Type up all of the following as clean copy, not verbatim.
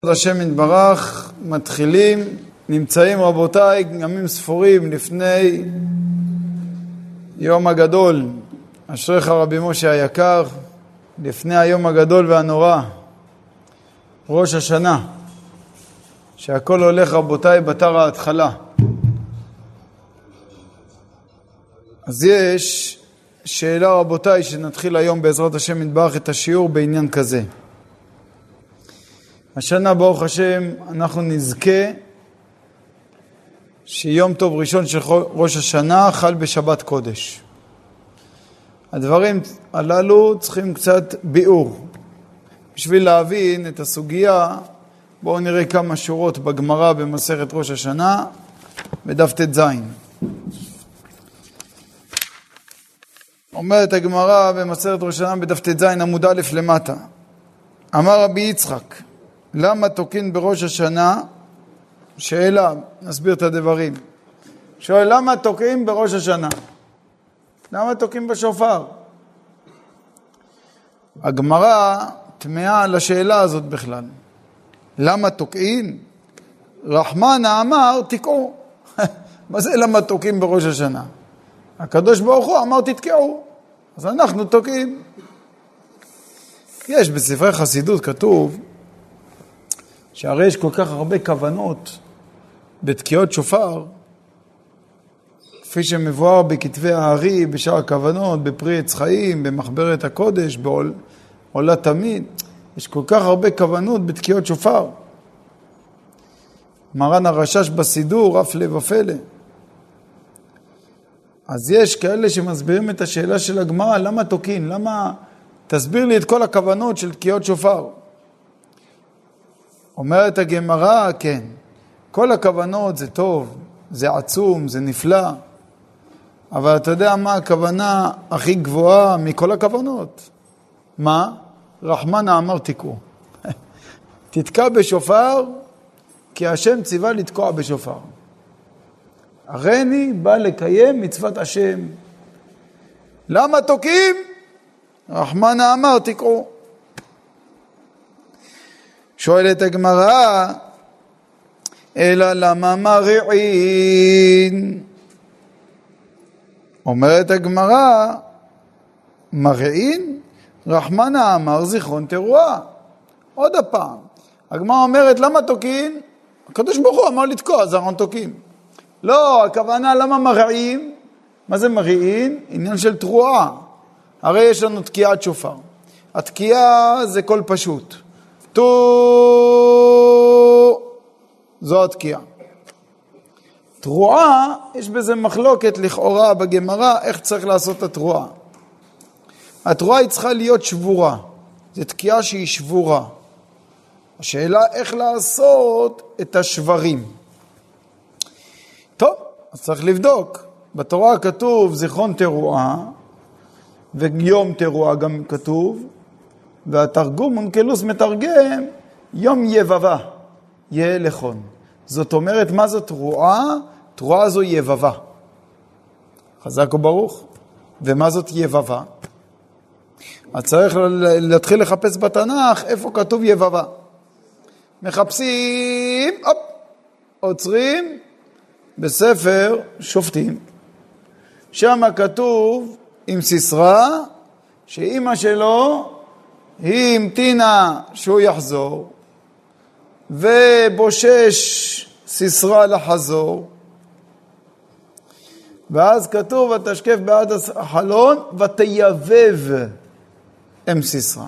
השם יתברך, מתחילים, נמצאים רבותיי ימים ספורים לפני יום הגדול. אשריך רבי משה היקר, לפני היום הגדול והנורא, ראש השנה, שהכל הולך רבותיי בתר ההתחלה. אז יש שאלה רבותיי שנתחיל היום בעזרת השם יתברך את השיעור בעניין כזה. השנה ברוך השם אנחנו נזכה שיום טוב ראשון של ראש השנה חל בשבת קודש. הדברים הללו צריכים קצת ביאור. בשביל להבין את הסוגיה, בואו נראה כמה שורות בגמרא במסכת ראש השנה, בדף ט"ז. אומרת הגמרא במסכת ראש השנה בדף ט"ז עמוד א' למטה. אמר רבי יצחק, למה תוקין בראש השנה? שאלה, נסביר את הדברים. שואל, למה תוקין בראש השנה? למה תוקין בשופר? הגמרא תמהה על השאלה הזאת בכלל. למה תוקין? רחמנה אמר תקעו. מה זה למה תוקין בראש השנה? הקדוש ברוך הוא אמר תתקעו. אז אנחנו תוקין. יש בספרי חסידות כתוב שהרי יש כל כך הרבה כוונות בתקיעות שופר, כפי שמבואר בכתבי הארי, בשאר הכוונות, בפרי עץ חיים, במחברת הקודש, בעולה תמיד. יש כל כך הרבה כוונות בתקיעות שופר. מרן הרשש בסידור, אף לב ופלא. אז יש כאלה שמסבירים את השאלה של הגמרא, למה תוקין? למה? תסביר לי את כל הכוונות של תקיעות שופר. אומרת הגמרא, כן, כל הכוונות זה טוב, זה עצום, זה נפלא, אבל אתה יודע מה הכוונה הכי גבוהה מכל הכוונות? מה? רחמנה אמר תקעו. תתקע בשופר, כי השם ציווה לתקוע בשופר. הריני בא לקיים מצוות השם. למה תוקעים? רחמנה אמר תקעו. שואלת הגמרא, אלא למה מרעין? אומרת הגמרא, מרעין? רחמנה אמר זיכרון תרועה. עוד הפעם. הגמרא אומרת, למה תוקין? הקדוש ברוך הוא אמר לתקוע, זיכרון תוקין. לא, הכוונה למה מרעין? מה זה מרעין? עניין של תרועה. הרי יש לנו תקיעת שופר. התקיעה זה כל פשוט. זו התקיעה. תרועה, יש בזה מחלוקת לכאורה בגמרא, איך צריך לעשות את התרועה. התרועה היא צריכה להיות שבורה. זו תקיעה שהיא שבורה. השאלה איך לעשות את השברים. טוב, אז צריך לבדוק. בתורה כתוב זיכרון תרועה, ויום תרועה גם כתוב, והתרגום אונקלוס מתרגם יום יבבה, יהיה לכון. זאת אומרת, מה זאת תרועה? תרועה זו יבבה. חזק וברוך. ומה זאת יבבה? אז צריך להתחיל לחפש בתנ"ך איפה כתוב יבבה. מחפשים, עוצרים בספר שופטים. שם כתוב עם סיסרא, שאמא שלו היא המתינה שהוא יחזור, ובושש סיסרא לחזור, ואז כתוב ותשקף בעד החלון ותייבב אם סיסרא.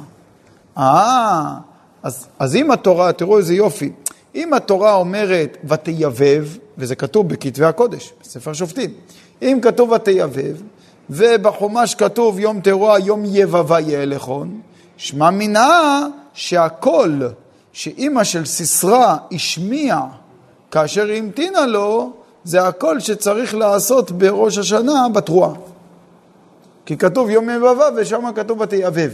אז אם התורה, תראו איזה יופי, אם התורה אומרת ותייבב, וזה כתוב בכתבי הקודש, בספר שופטים, אם כתוב ותייבב, ובחומש כתוב יום תרועה יום יבבה יהיה לכון, שמע מינה שהקול שאימא של סיסרא השמיעה כאשר היא המתינה לו, זה הקול שצריך לעשות בראש השנה בתרועה. כי כתוב יום יבבה ושם כתוב ותייבב.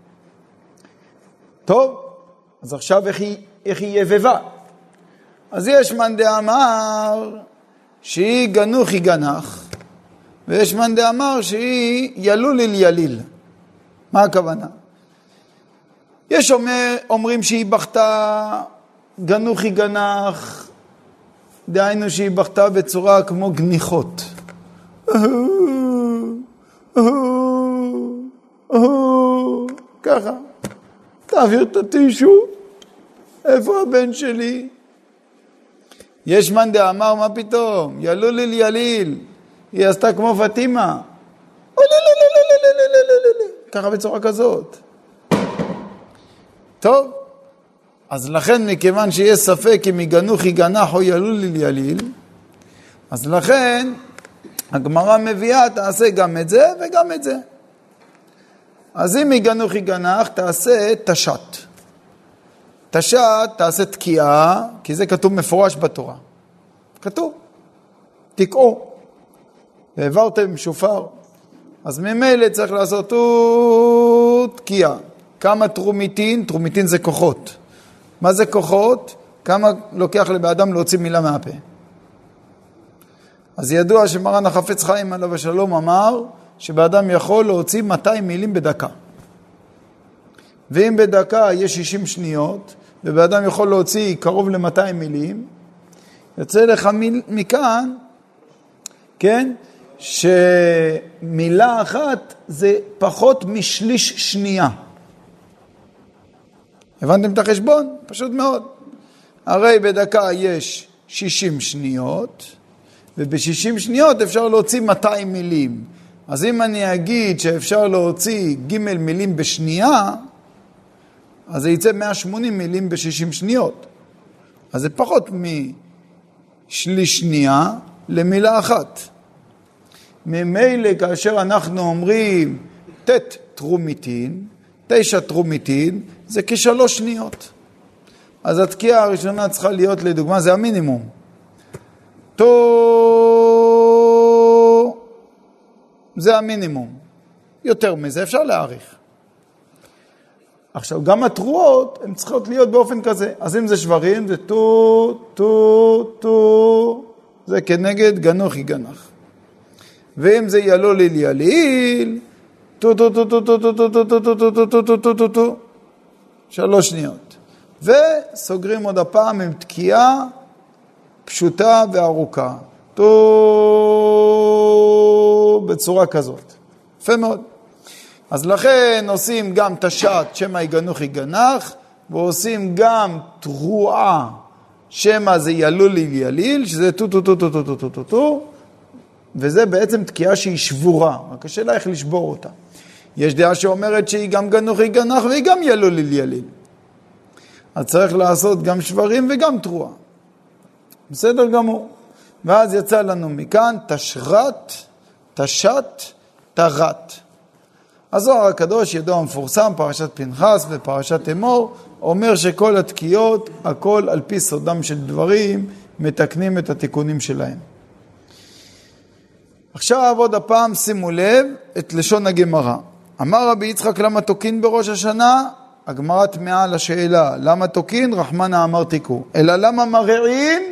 טוב, אז עכשיו איך היא יבבה? אז יש מאן דאמר שהיא גנוך היא גנך, ויש מאן דאמר שהיא ילוליל יליל. מה הכוונה? יש אומרים שהיא בכתה גנוחי גנח, דהיינו שהיא בכתה בצורה כמו גניחות. ככה. תעביר את הטישו. איפה הבן שלי? יש מן דאמר, מה פתאום? ילוליל יליל. היא עשתה כמו פטימה. ככה בצורה כזאת. טוב. אז לכן, מכיוון שיש ספק אם יגנוחי גנח או ילוליל יליל, אז לכן הגמרא מביאה, תעשה גם את זה וגם את זה. אז אם יגנוחי גנח, תעשה תשת. תשת, תעשה תקיעה, כי זה כתוב מפורש בתורה. כתוב, תקעו. והעברתם שופר. אז ממילא צריך לעשות תקיעה. כמה תרומיתין? תרומיתין זה כוחות. מה זה כוחות? כמה לוקח לבאדם להוציא מילה מהפה. אז ידוע שמרן החפץ חיים עליו השלום אמר שבאדם יכול להוציא 200 מילים בדקה. ואם בדקה יש 60 שניות, ובאדם יכול להוציא קרוב ל-200 מילים, יוצא לך מכאן, כן, שמילה אחת זה פחות משליש שנייה. הבנתם את החשבון? פשוט מאוד. הרי בדקה יש 60 שניות, וב-60 שניות אפשר להוציא 200 מילים. אז אם אני אגיד שאפשר להוציא ג' מילים בשנייה, אז זה יצא 180 מילים ב-60 שניות. אז זה פחות משליש שנייה למילה אחת. ממילא כאשר אנחנו אומרים תת תרומיתין, 9 תרומיתין, זה כ3 שניות. אז התקיעה הראשונה צריכה להיות, לדוגמה, זה המינימום. זה המינימום. יותר מזה אפשר להעריך. עכשיו, גם התרועות, הן צריכות להיות באופן כזה. אז אם זה שברים, זה זה כנגד גנוחי גנח. ואם זה ילוליל יליל, 3 שניות. וסוגרים עוד הפעם עם תקיעה פשוטה וארוכה. בצורה כזאת. יפה מאוד. אז לכן עושים גם תשת, שמה יגנוחי גנח, ועושים גם תרועה, שמה זה ילוליל יליל, שזה וזה בעצם תקיעה שהיא שבורה. רק השאלה איך לשבור אותה. יש דעה שאומרת שהיא גם גנוחי גנח והיא גם ילוליל יליל. אז צריך לעשות גם שברים וגם תרועה. בסדר גמור. ואז יצא לנו מכאן תשרת, תשת, תרת. הזוהר הקדוש ידוע המפורסם, פרשת פנחס ופרשת אמור, אומר שכל התקיעות, הכל על פי סודם של דברים, מתקנים את התיקונים שלהם. עכשיו עוד הפעם שימו לב את לשון הגמרא. אמר רבי יצחק למה תוקין בראש השנה? הגמרא תמהה על השאלה. למה תוקין? רחמנא אמר תיקו. אלא למה מרעין?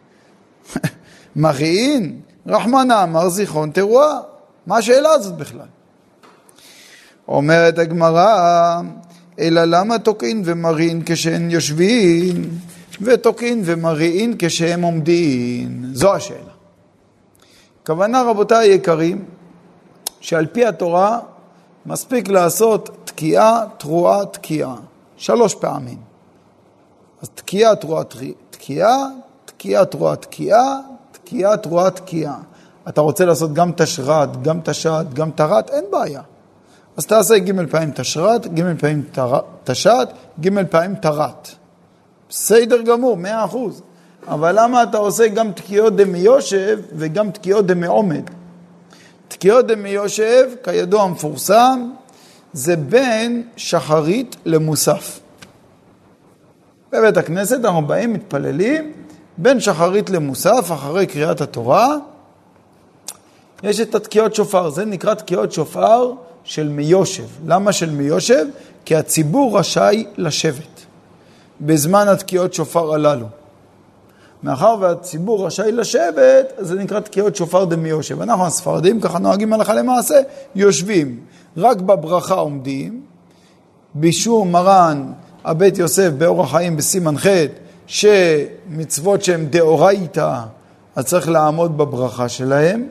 מרעין? רחמנא אמר זיכרון תרועה. מה השאלה הזאת בכלל? אומרת הגמרא, אלא למה תוקין ומרעין כשהן יושבים, ותוקין ומרעין כשהם עומדים? זו השאלה. כוונה רבותיי היקרים, שעל פי התורה מספיק לעשות תקיעה, תרועה, תקיעה. 3 פעמים. אז תקיעה, תרועה, תקיעה, תקיעה, תרועה, תקיעה, תקיעה, תרועה, תקיעה. אתה רוצה לעשות גם תשרת, גם תשת, גם תרת, אין בעיה. אז תעשה ג' פעמים תשרת, ג' פעמים תשת, ג' פעמים תרת. בסדר גמור, 100%. אבל למה אתה עושה גם תקיעות דמיושב וגם תקיעות דמעומד? תקיעות דמיושב, כידוע המפורסם, זה בין שחרית למוסף. בבית הכנסת אנחנו באים, מתפללים, בין שחרית למוסף, אחרי קריאת התורה, יש את התקיעות שופר. זה נקרא תקיעות שופר של מיושב. למה של מיושב? כי הציבור רשאי לשבת בזמן התקיעות שופר הללו. מאחר והציבור רשאי לשבת, זה נקרא תקיעות שופר דמיושב. אנחנו הספרדים, ככה נוהגים הלכה למעשה, יושבים. רק בברכה עומדים, בישור מרן הבית יוסף באורח חיים בסימן ח' שמצוות שהן דאורייתא, אז צריך לעמוד בברכה שלהם,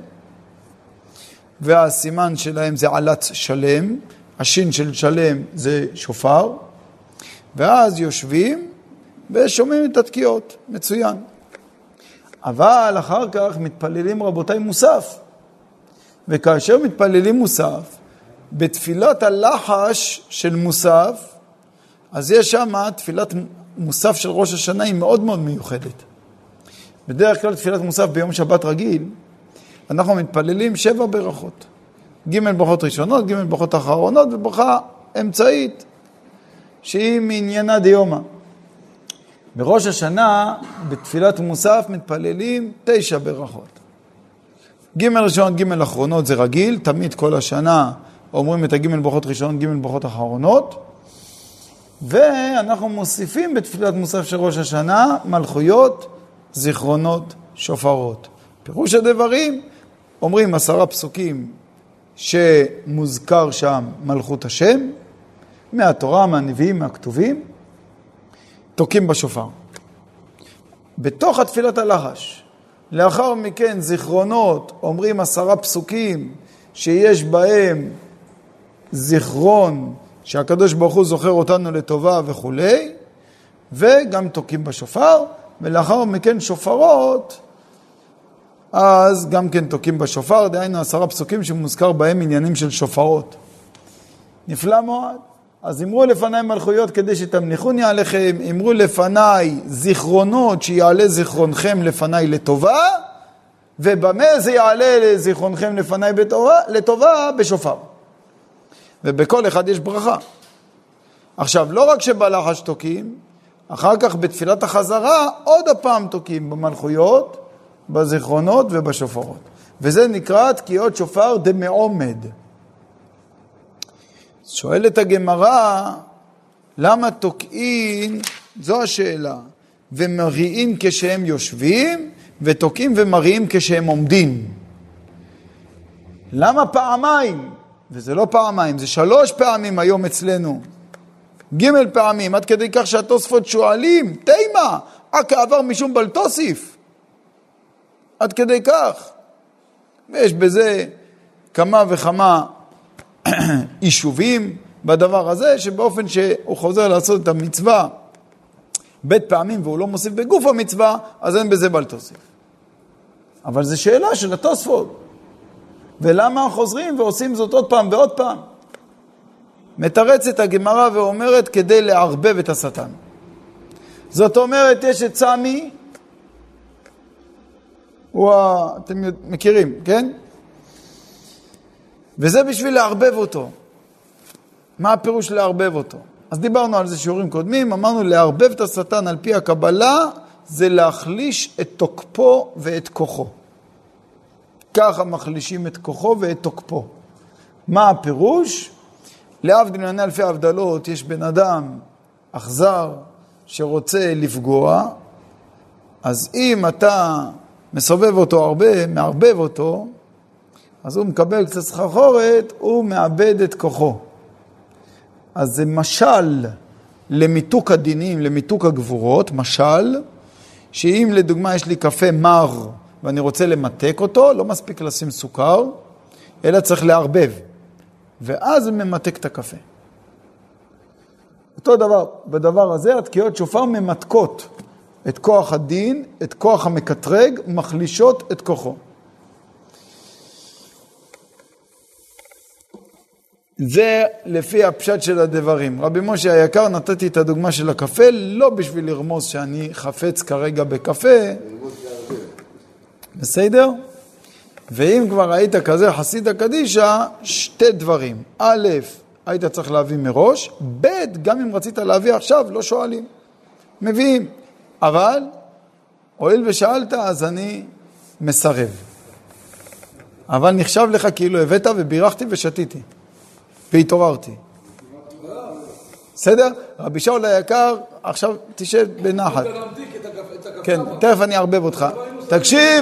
והסימן שלהם זה עלת שלם, השין של שלם זה שופר, ואז יושבים ושומעים את התקיעות, מצוין. אבל אחר כך מתפללים רבותיי מוסף, וכאשר מתפללים מוסף, בתפילת הלחש של מוסף, אז יש שם תפילת מוסף של ראש השנה, היא מאוד מאוד מיוחדת. בדרך כלל תפילת מוסף ביום שבת רגיל, אנחנו מתפללים 7 ברכות. ג' ברכות ראשונות, ג' ברכות אחרונות, וברכה אמצעית, שהיא מעניינה דיומה. בראש השנה, בתפילת מוסף, מתפללים 9 ברכות. ג' ראשון, ג' אחרונות זה רגיל, תמיד כל השנה אומרים את הג' ברכות ראשונות, ג' ברכות אחרונות, ואנחנו מוסיפים בתפילת מוסף של ראש השנה מלכויות, זיכרונות, שופרות. פירוש הדברים, אומרים 10 פסוקים שמוזכר שם מלכות השם, מהתורה, מהנביאים, מהכתובים, תוקים בשופר. בתוך התפילת הלחש, לאחר מכן זיכרונות, אומרים 10 פסוקים שיש בהם זיכרון, שהקדוש ברוך הוא זוכר אותנו לטובה וכו', וגם תוקים בשופר, ולאחר מכן שופרות, אז גם כן תוקים בשופר, דהיינו 10 פסוקים שמוזכר בהם עניינים של שופרות. נפלא מאוד. אז אמרו לפניי מלכויות כדי שתמליכוני עליכם, אמרו לפניי זיכרונות שיעלה זיכרונכם לפניי לטובה, ובמה זה יעלה זיכרונכם לפניי לטובה? בשופר. ובכל אחד יש ברכה. עכשיו, לא רק שבלחש תוקים, אחר כך בתפילת החזרה עוד הפעם תוקים במלכויות, בזיכרונות ובשופרות. וזה נקרא תקיעות שופר דמעומד. שואלת הגמרא, למה תוקעים? זו השאלה. ומריעים כשהם יושבים, ותוקעים ומריעים כשהם עומדים. למה פעמיים? וזה לא פעמיים, זה 3 פעמים היום אצלנו. ג' פעמים, עד כדי כך שהתוספות שואלים, תימה, עבר משום בל תוסיף. עד כדי כך. ויש בזה כמה וכמה יישובים בדבר הזה, שבאופן שהוא חוזר לעשות את המצווה בית פעמים והוא לא מוסיף בגוף המצווה, אז אין בזה בל תוסיף. אבל זו שאלה של התוספות. ולמה חוזרים ועושים זאת עוד פעם ועוד פעם? מתרצת הגמרא ואומרת כדי לערבב את השטן. זאת אומרת, יש את סמי, אתם מכירים, כן? וזה בשביל לערבב אותו. מה הפירוש לערבב אותו? אז דיברנו על זה שיעורים קודמים, אמרנו לערבב את השטן על פי הקבלה, זה להחליש את תוקפו ואת כוחו. ככה מחלישים את כוחו ואת תוקפו. מה הפירוש? להבדיל מן אלפי הבדלות, יש בן אדם אכזר שרוצה לפגוע, אז אם אתה מסובב אותו הרבה, מערבב אותו, אז הוא מקבל קצת סחרחורת, הוא מאבד את כוחו. אז זה משל למיתוק הדינים, למיתוק הגבורות, משל, שאם לדוגמה יש לי קפה מר, ואני רוצה למתק אותו, לא מספיק לשים סוכר, אלא צריך לערבב. ואז הוא ממתק את הקפה. אותו דבר, בדבר הזה, התקיעות שופר ממתקות את כוח הדין, את כוח המקטרג, מחלישות את כוחו. זה לפי הפשט של הדברים. רבי משה היקר, נתתי את הדוגמה של הקפה, לא בשביל לרמוז שאני חפץ כרגע בקפה. בסדר? ואם כבר היית כזה חסיד הקדישה, 2 דברים. א', היית צריך להביא מראש, ב', גם אם רצית להביא עכשיו, לא שואלים. מביאים. אבל, הואיל ושאלת, אז אני מסרב. אבל נחשב לך כאילו הבאת ובירכתי ושתיתי. והתעוררתי. בסדר? רבי שאול היקר, עכשיו תשב בנחת. כן, תכף אני אערבב אותך. תקשיב.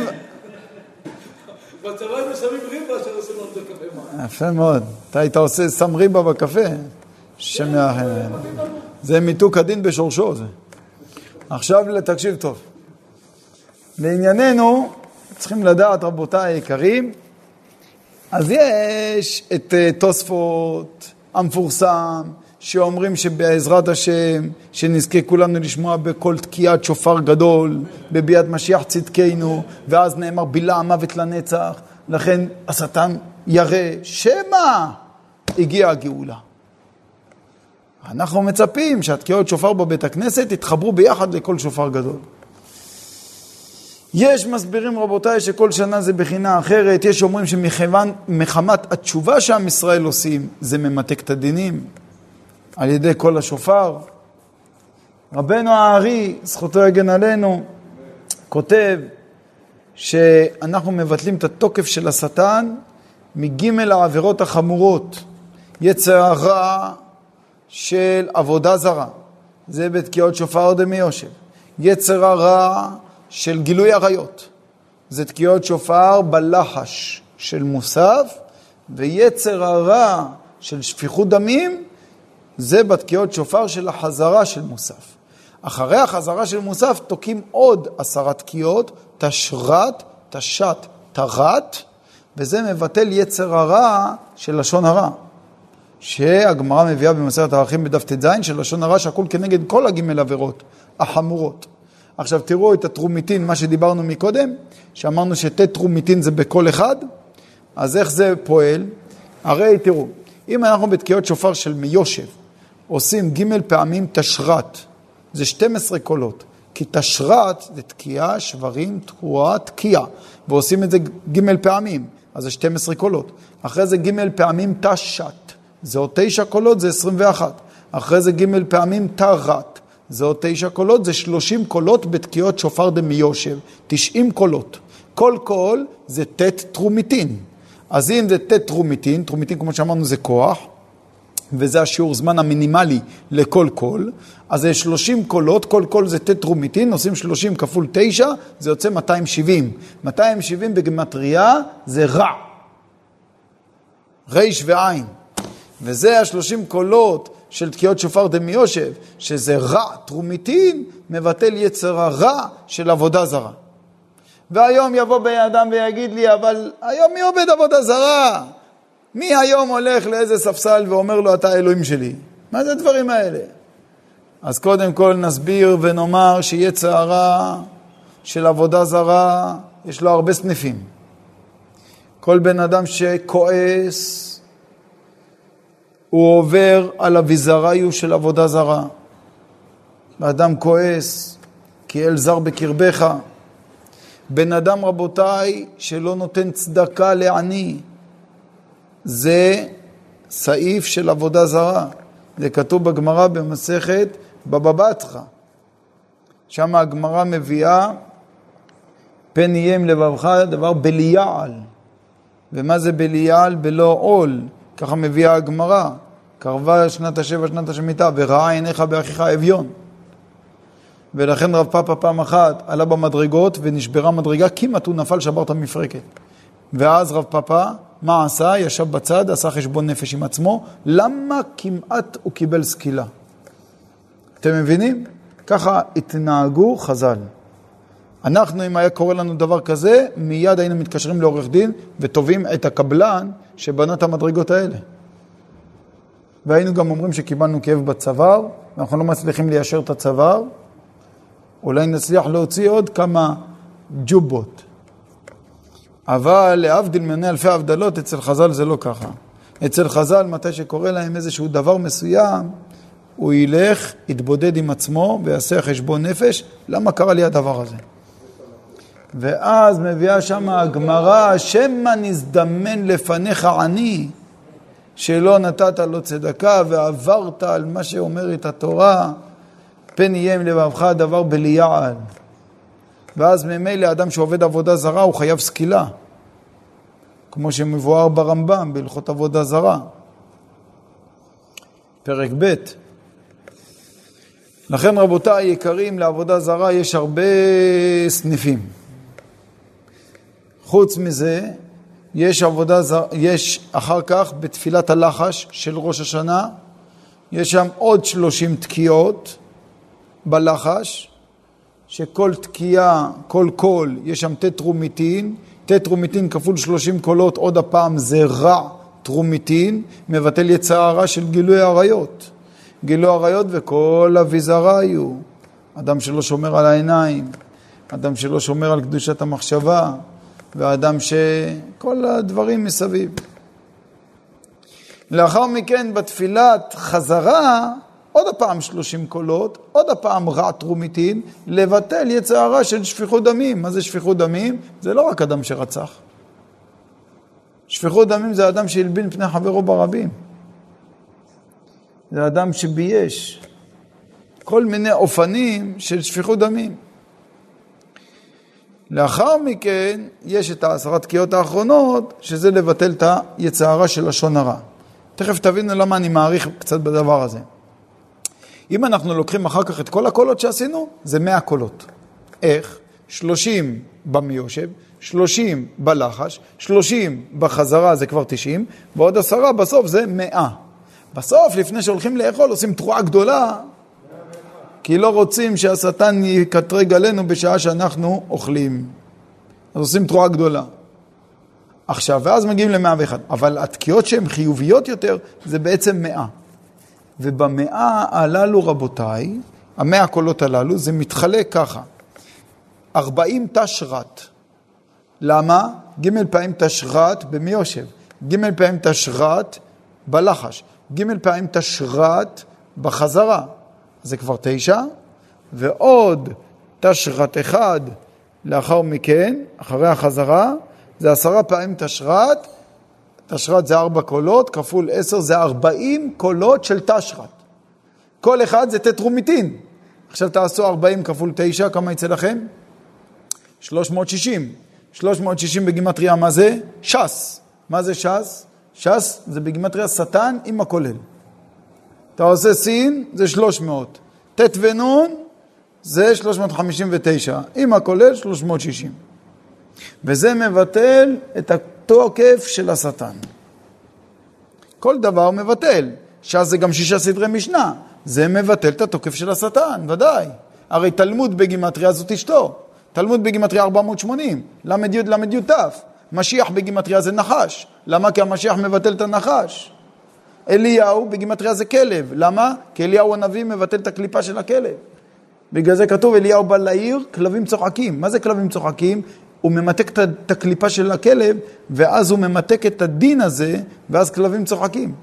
בצבא הם שמים ריבה שעושים לנו את הקפה. יפה מאוד. אתה היית עושה שם ריבה בקפה? זה מיתוק הדין בשורשו זה. עכשיו תקשיב טוב. לענייננו, צריכים לדעת רבותיי היקרים, אז יש את תוספות המפורסם, שאומרים שבעזרת השם, שנזכה כולנו לשמוע בכל תקיעת שופר גדול, בביאת משיח צדקנו, ואז נאמר בילה המוות לנצח, לכן השטן ירא, שמה הגיעה הגאולה. אנחנו מצפים שהתקיעות שופר בבית הכנסת יתחברו ביחד לכל שופר גדול. יש מסבירים רבותיי שכל שנה זה בחינה אחרת, יש אומרים שמחמת התשובה שעם ישראל עושים, זה ממתק את הדינים על ידי כל השופר. רבנו הארי, זכותו יגן עלינו, כותב שאנחנו מבטלים את התוקף של השטן מג' העבירות החמורות, יצר הרע של עבודה זרה, זה בתקיעות שופר דמי יושב. יצר הרע של גילוי עריות, זה תקיעות שופר בלחש של מוסף, ויצר הרע של שפיכות דמים, זה בתקיעות שופר של החזרה של מוסף. אחרי החזרה של מוסף תוקים עוד 10 תקיעות, תשרת, תשת, תרת, וזה מבטל יצר הרע של לשון הרע. שהגמרא מביאה במסכת ערכים בדף ט"ז של לשון הרע שהכל כנגד כל הג' עבירות החמורות. עכשיו תראו את התרומיתין, מה שדיברנו מקודם, שאמרנו תרומיתין זה בכל אחד, אז איך זה פועל? הרי תראו, אם אנחנו בתקיעות שופר של מיושב, עושים ג' פעמים תשרת, זה 12 קולות, כי תשרת זה תקיעה, שברים, תקועה, תקיעה, ועושים את זה ג' פעמים, אז זה 12 קולות. אחרי זה ג' פעמים תשת, זה עוד 9 קולות, זה 21. אחרי זה ג' פעמים תרת, זה עוד 9 קולות, זה 30 קולות בתקיעות שופר דמיושב, 90 קולות. כל קול זה תרומיתין. אז אם זה תרומיתין, תרומיתין כמו שאמרנו זה כוח, וזה השיעור זמן המינימלי לכל קול, אז זה 30 קולות, כל קול זה תרומיתין, עושים 30 כפול 9, זה יוצא 270. 270 בגמטריה זה רע. ריש ועין. וזה 30 קולות של תקיעות שופר דמיושב, שזה רע, תרומיתין, מבטל יצר הרע של עבודה זרה. והיום יבוא באדם ויגיד לי, אבל היום מי עובד עבודה זרה? מי היום הולך לאיזה ספסל ואומר לו, אתה האלוהים שלי? מה זה הדברים האלה? אז קודם כל נסביר ונאמר שיצר הרע של עבודה זרה, יש לו הרבה סניפים. כל בן אדם שכועס, הוא עובר על אביזריו של עבודה זרה. האדם כועס, כי אל זר בקרבך. בן אדם רבותיי שלא נותן צדקה לעני, זה סעיף של עבודה זרה. זה כתוב בגמרא במסכת בבא בתרא. שם הגמרא מביאה, פן יהיה עם לבבך דבר בליעל. ומה זה בליעל? בלא עול. ככה מביאה הגמרא. קרבה שנת השבע, שנת השמיטה, וראה עיניך באחיך אביון. ולכן רב פאפה פעם אחת עלה במדרגות ונשברה מדרגה, כמעט הוא נפל, שבר את המפרקת. ואז רב פאפה, מה עשה? ישב בצד, עשה חשבון נפש עם עצמו. למה כמעט הוא קיבל סקילה? אתם מבינים? ככה התנהגו חז"ל. אנחנו, אם היה קורה לנו דבר כזה, מיד היינו מתקשרים לעורך דין וטובים את הקבלן שבנה את המדרגות האלה. והיינו גם אומרים שקיבלנו כאב בצוואר, ואנחנו לא מצליחים ליישר את הצוואר, אולי נצליח להוציא עוד כמה ג'ובות. אבל להבדיל מני אלפי הבדלות, אצל חז"ל זה לא ככה. אצל חז"ל, מתי שקורה להם איזשהו דבר מסוים, הוא ילך, יתבודד עם עצמו ויעשה חשבון נפש, למה קרה לי הדבר הזה? ואז מביאה שם הגמרא, שמה נזדמן לפניך עני, שלא נתת לו צדקה ועברת על מה שאומרת התורה, פן יהיה עם לבבך דבר בליעל. ואז ממילא האדם שעובד עבודה זרה הוא חייב סקילה, כמו שמבואר ברמב"ם בהלכות עבודה זרה. פרק ב'. לכן רבותיי יקרים, לעבודה זרה יש הרבה סניפים. חוץ מזה, יש אחר כך בתפילת הלחש של ראש השנה, יש שם עוד 30 תקיעות בלחש, שכל תקיעה, כל קול, יש שם טטרומיטין, טטרומיטין כפול 30 קולות, עוד הפעם זה רע טרומיטין, מבטל יצר הרע של גילוי עריות. גילוי עריות וכל אביזרה היו. אדם שלא שומר על העיניים, אדם שלא שומר על קדושת המחשבה, ואדם שכל הדברים מסביב. לאחר מכן בתפילת חזרה, עוד הפעם 30 קולות, עוד הפעם רע טרומיטין, לבטל יצר הרע של שפיכות דמים. מה זה שפיכות דמים? זה לא רק אדם שרצח. שפיכות דמים זה אדם שהלבין פני חברו ברבים. זה אדם שבייש. כל מיני אופנים של שפיכות דמים. לאחר מכן יש את 10 תקיעות האחרונות, שזה לבטל את היצר הרע של לשון הרע. תכף תבינו למה אני מעריך קצת בדבר הזה. אם אנחנו לוקחים אחר כך את כל הקולות שעשינו, זה 100 קולות. איך? 30 במיושב, 30 בלחש, 30 בחזרה זה כבר 90, ועוד 10 בסוף זה 100. בסוף, לפני שהולכים לאכול, עושים תרועה גדולה, כי לא רוצים שהשטן יקטרג עלינו בשעה שאנחנו אוכלים. אז עושים תרועה גדולה. עכשיו, ואז מגיעים ל101. אבל התקיעות שהן חיוביות יותר, זה בעצם 100. ובמאה הללו, רבותיי, 100 קולות הללו, זה מתחלק ככה. 40 תשרת. למה? ג' פעמים תשרת במי יושב. ג' פעמים תשרת בלחש. ג' פעמים תשרת בחזרה. זה כבר 9. ועוד תשרת אחד לאחר מכן, אחרי החזרה, זה 10 פעמים תשרת. תשרת זה 4 קולות, כפול 10 זה 40 קולות של תשרת. כל אחד זה טטרומיטין. עכשיו תעשו 40 כפול 9, כמה יצא לכם? 360. 360 בגימטריה, מה זה? שס. מה זה שס? שס זה בגימטריה שטן עם הכולל. אתה עושה סין, זה 300. תת ונון, זה 359. עם הכולל, 360. וזה מבטל את התוקף של השטן. כל דבר מבטל. שס זה גם 6 סדרי משנה. זה מבטל את התוקף של השטן, ודאי. הרי תלמוד בגימטריה זאת אשתו. תלמוד בגימטריה 480. למד י' למד י' ת'. משיח בגימטריה זה נחש. למה? כי המשיח מבטל את הנחש. אליהו בגימטריה זה כלב. למה? כי אליהו הנביא מבטל את הקליפה של הכלב. בגלל זה כתוב אליהו בא לעיר, כלבים צוחקים. מה זה כלבים צוחקים? הוא ממתק את הקליפה של הכלב, ואז הוא ממתק את הדין הזה, ואז כלבים צוחקים.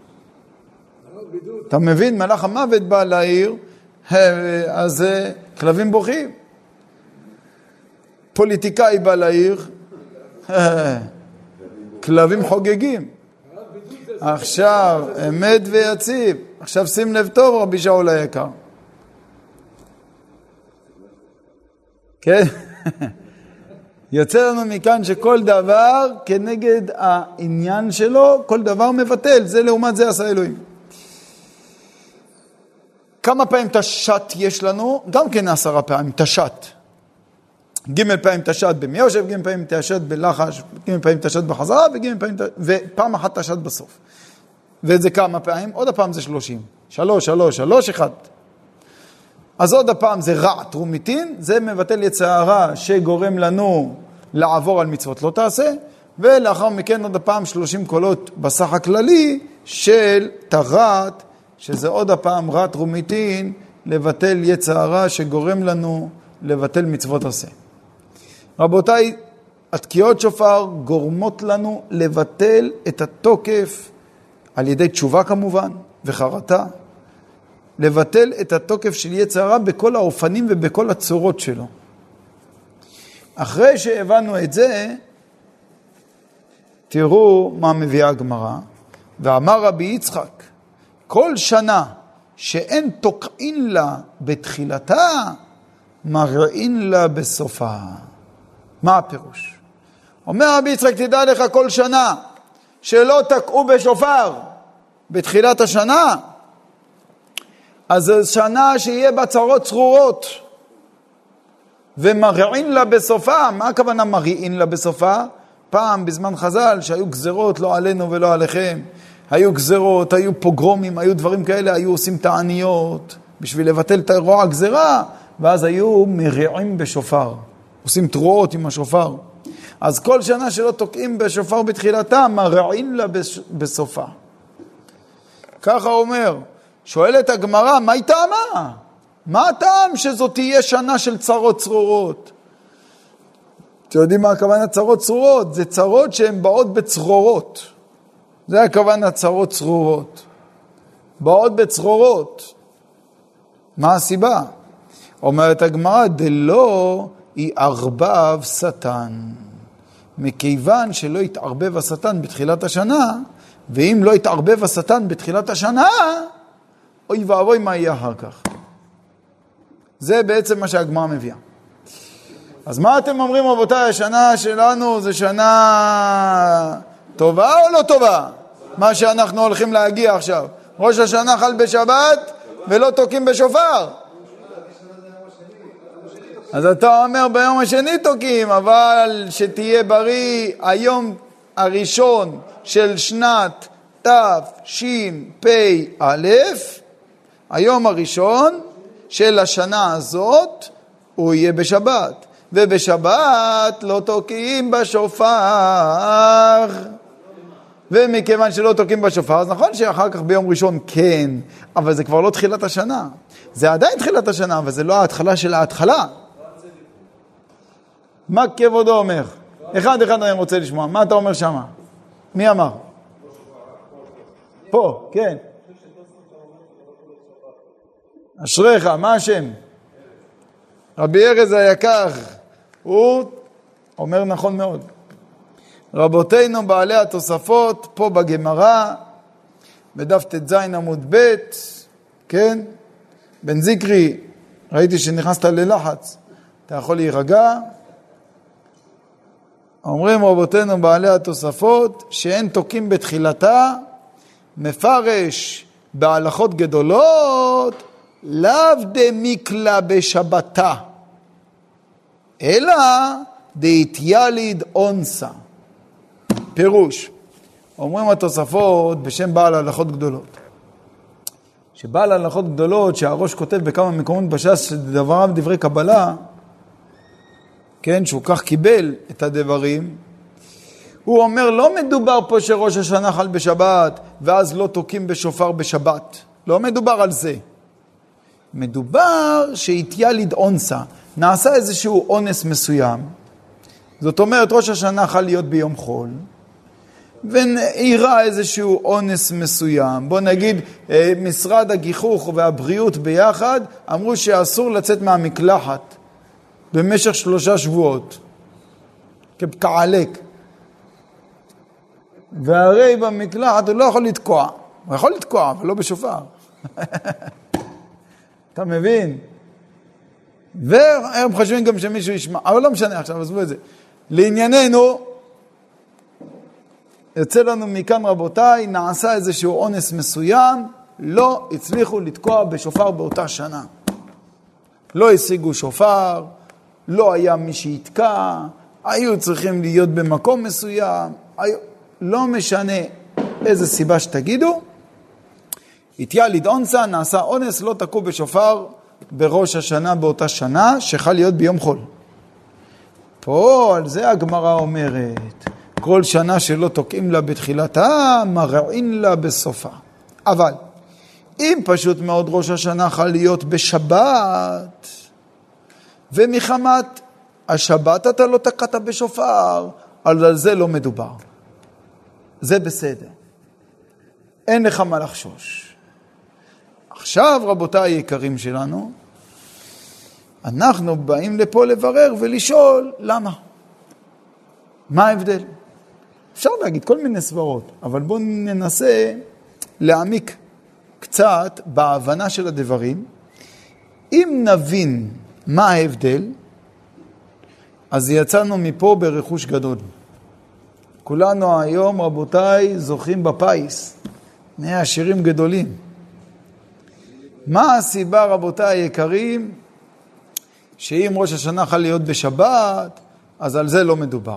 אתה מבין? מלאך המוות בא לעיר, אז כלבים בוכים. פוליטיקאי בא לעיר, כלבים חוגגים. עכשיו, אמת ויציב. עכשיו שים לב טוב, רבי שאול היקר. כן? יוצא לנו מכאן שכל דבר כנגד העניין שלו, כל דבר מבטל. זה לעומת זה עשה אלוהים. כמה פעמים תשת יש לנו? גם כן 10 פעמים תשת. ג' פעמים תשת במי יושב, ג' פעמים תשת בלחש, ג' פעמים תשת בחזרה, ופעם אחת תשת בסוף. וזה כמה פעמים? עוד הפעם זה 30. 3, 3, 3, 1. אז עוד הפעם זה רע טרומיטין, זה מבטל יצר הרע שגורם לנו לעבור על מצוות לא תעשה, ולאחר מכן עוד הפעם 30 קולות בסך הכללי של תרת, שזה עוד הפעם רע טרומיטין, לבטל יצר הרע שגורם לנו לבטל מצוות עשה. רבותיי, התקיעות שופר גורמות לנו לבטל את התוקף על ידי תשובה כמובן וחרטה, לבטל את התוקף של יצר הרע בכל האופנים ובכל הצורות שלו. אחרי שהבנו את זה, תראו מה מביאה הגמרא. ואמר רבי יצחק, כל שנה שאין תוקעין לה בתחילתה, מרעין לה בסופה. מה הפירוש? אומר רבי יצחק, תדע לך כל שנה שלא תקעו בשופר בתחילת השנה, אז זו שנה שיהיה בה צרות צרורות. ומרעין לה בסופה. מה הכוונה מרעין לה בסופה? פעם בזמן חז"ל שהיו גזרות לא עלינו ולא עליכם, היו גזרות, היו פוגרומים, היו דברים כאלה, היו עושים תעניות בשביל לבטל את רוע הגזרה, ואז היו מריעים בשופר, עושים תרועות עם השופר. אז כל שנה שלא תוקעים בשופר בתחילתה, מריעים לה בסופה. ככה אומר, שואלת הגמרא, מה היא טעמה? מה הטעם שזאת תהיה שנה של צרות צרורות? אתם יודעים מה הכוונה צרות צרורות? זה צרות שהן באות בצרורות. זה הכוונה צרות צרורות. באות בצרורות. מה הסיבה? אומרת הגמרא, דלא יערבב שטן. מכיוון שלא יתערבב השטן בתחילת השנה, ואם לא יתערבב השטן בתחילת השנה, אוי ואבוי מה יהיה אחר כך. זה בעצם מה שהגמרא מביאה. אז מה אתם אומרים רבותיי, השנה שלנו זה שנה טובה או לא טובה? מה שאנחנו הולכים להגיע עכשיו. ראש השנה חל בשבת ולא תוקים בשופר. אז אתה אומר ביום השני תוקים, אבל שתהיה בריא היום הראשון של שנת תשפ"א, היום הראשון של השנה הזאת הוא יהיה בשבת. ובשבת לא תוקים בשופר. ומכיוון שלא תוקים בשופר, אז נכון שאחר כך ביום ראשון כן, אבל זה כבר לא תחילת השנה. זה עדיין תחילת השנה, אבל זה לא ההתחלה של ההתחלה. מה כבודו אומר? אחד אני רוצה לשמוע. מה אתה אומר שמה? מי אמר? פה, כן. אשריך, מה השם? רבי ארז היקר, הוא אומר נכון מאוד. רבותינו בעלי התוספות, פה בגמרא, בדף ט"ז עמוד ב', כן? בן זיקרי, ראיתי שנכנסת ללחץ, אתה יכול להירגע. אומרים רבותינו בעלי התוספות, שאין תוקים בתחילתה, מפרש בהלכות גדולות, לאו דמיקלה בשבתה, אלא דאיתיאליד אונסה. פירוש, אומרים התוספות בשם בעל הלכות גדולות. שבעל הלכות גדולות, שהראש כותב בכמה מקומות בש"ס, שדבריו דברי קבלה, כן, שהוא כך קיבל את הדברים, הוא אומר, לא מדובר פה שראש השנה חל בשבת, ואז לא תוקים בשופר בשבת. לא מדובר על זה. מדובר שהתיאליד אונסה, נעשה איזשהו אונס מסוים, זאת אומרת ראש השנה חל להיות ביום חול, ונעירה איזשהו אונס מסוים. בוא נגיד, משרד הגיחוך והבריאות ביחד, אמרו שאסור לצאת מהמקלחת, במשך 3 שבועות, כעלק. והרי במקלחת הוא לא יכול לתקוע, הוא יכול לתקוע, אבל לא בשופר. אתה מבין? והם חושבים גם שמישהו ישמע, אבל לא משנה עכשיו, עזבו את זה. לענייננו, יוצא לנו מכאן רבותיי, נעשה איזשהו אונס מסוים, לא הצליחו לתקוע בשופר באותה שנה. לא השיגו שופר, לא היה מי שיתקע, היו צריכים להיות במקום מסוים, לא משנה איזה סיבה שתגידו, התיאליד אונסה, נעשה אונס, לא תקעו בשופר בראש השנה באותה שנה, שחל להיות ביום חול. פה על זה הגמרא אומרת, כל שנה שלא תוקעים לה בתחילתה, מרעין לה בסופה. אבל אם פשוט מאוד ראש השנה חל להיות בשבת, ומחמת השבת אתה לא תקעת בשופר, על זה לא מדובר. זה בסדר. אין לך מה לחשוש. עכשיו רבותיי היקרים שלנו, אנחנו באים לפה לברר ולשאול למה. מה ההבדל? אפשר להגיד כל מיני סברות, אבל בואו ננסה להעמיק קצת בהבנה של הדברים. אם נבין מה ההבדל, אז יצאנו מפה ברכוש גדול. כולנו היום רבותיי זוכים בפייס, נהיה עשירים גדולים. מה הסיבה רבותיי היקרים, שאם ראש השנה חל להיות בשבת, אז על זה לא מדובר.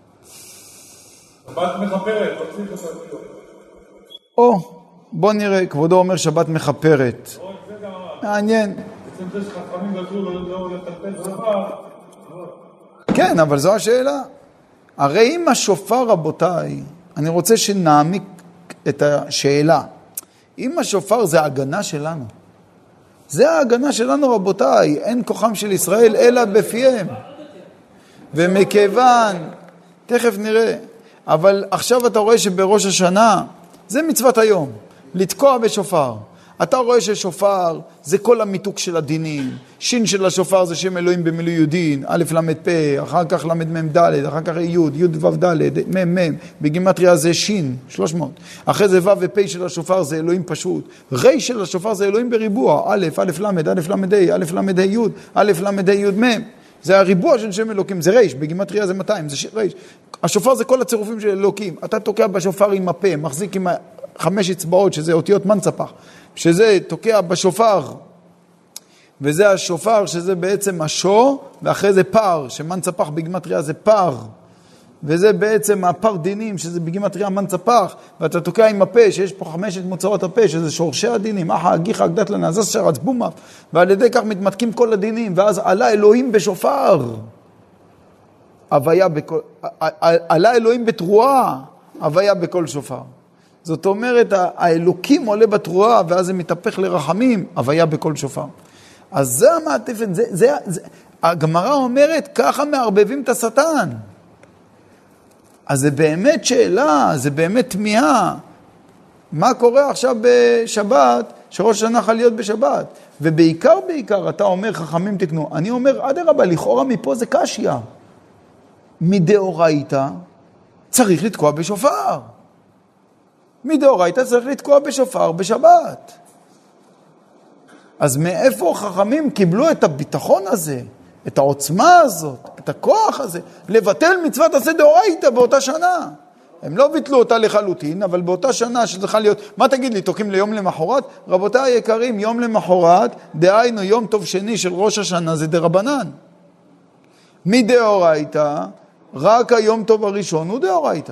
שבת מחפרת, תוציא את הסרטיות. בוא נראה, כבודו אומר שבת מחפרת. מעניין. עצם זה שחכמים גזרו לא לטלטל שופר. כן, אבל זו השאלה. הרי אם השופר, רבותיי, אני רוצה שנעמיק את השאלה. אם השופר זה ההגנה שלנו, זה ההגנה שלנו, רבותיי. אין כוחם של ישראל אלא בפיהם. ומכיוון, תכף נראה, אבל עכשיו אתה רואה שבראש השנה, זה מצוות היום, לתקוע בשופר. אתה רואה ששופר זה כל המיתוק של הדינים, שין של השופר זה שם אלוהים במילוי יודין, א' למד פ', אחר כך למד מ' ד', אחר כך י', י' ו' ד', מ', בגימטריה זה שין, 300. אחרי זה ו' ופ' של השופר זה אלוהים פשוט. ר' של השופר זה אלוהים בריבוע, א', א' למד, א' למד ה', א' למד ה' י', א' למד ה' י' מ'. זה הריבוע של שם אלוקים, זה ר', בגימטריה זה 200, זה ר'. השופר זה כל הצירופים של אלוקים. אתה תוקע בשופר עם הפה, מחזיק עם 5 אצבעות, שזה אותיות מנצפח. שזה תוקע בשופר, וזה השופר שזה בעצם השו, ואחרי זה פר, שמנצפח בגימטריה זה פר, וזה בעצם הפר דינים, שזה בגימטריה מנצפח, ואתה תוקע עם הפה, שיש פה 5 מוצאות הפה, שזה שורשי הדינים, אחא, אגיחא, אגדת לנעזס שרץ בומף, ועל ידי כך מתמתקים כל הדינים, ואז עלה אלוהים בשופר, עלה אלוהים בתרועה, הוויה בכל שופר. זאת אומרת, האלוקים עולה בתרועה, ואז זה מתהפך לרחמים, הוויה בכל שופר. אז זה המעטפת, הגמרא אומרת, ככה מערבבים את השטן. אז זה באמת שאלה, זה באמת תמיהה. מה קורה עכשיו בשבת, שראש השנה יכול להיות בשבת? ובעיקר, אתה אומר, חכמים תקנו. אני אומר, אדרבה, לכאורה מפה זה קשיא. מדאורייתא צריך לתקוע בשופר. מדאורייתא צריך לתקוע בשופר בשבת. אז מאיפה חכמים קיבלו את הביטחון הזה, את העוצמה הזאת, את הכוח הזה, לבטל מצוות עשה דאורייתא באותה שנה? הם לא ביטלו אותה לחלוטין, אבל באותה שנה שצריכה להיות, מה תגיד לי, תוקים ליום למחרת? רבותיי היקרים, יום למחרת, דהיינו יום טוב שני של ראש השנה, זה דרבנן. מדאורייתא, רק היום טוב הראשון הוא דאורייתא.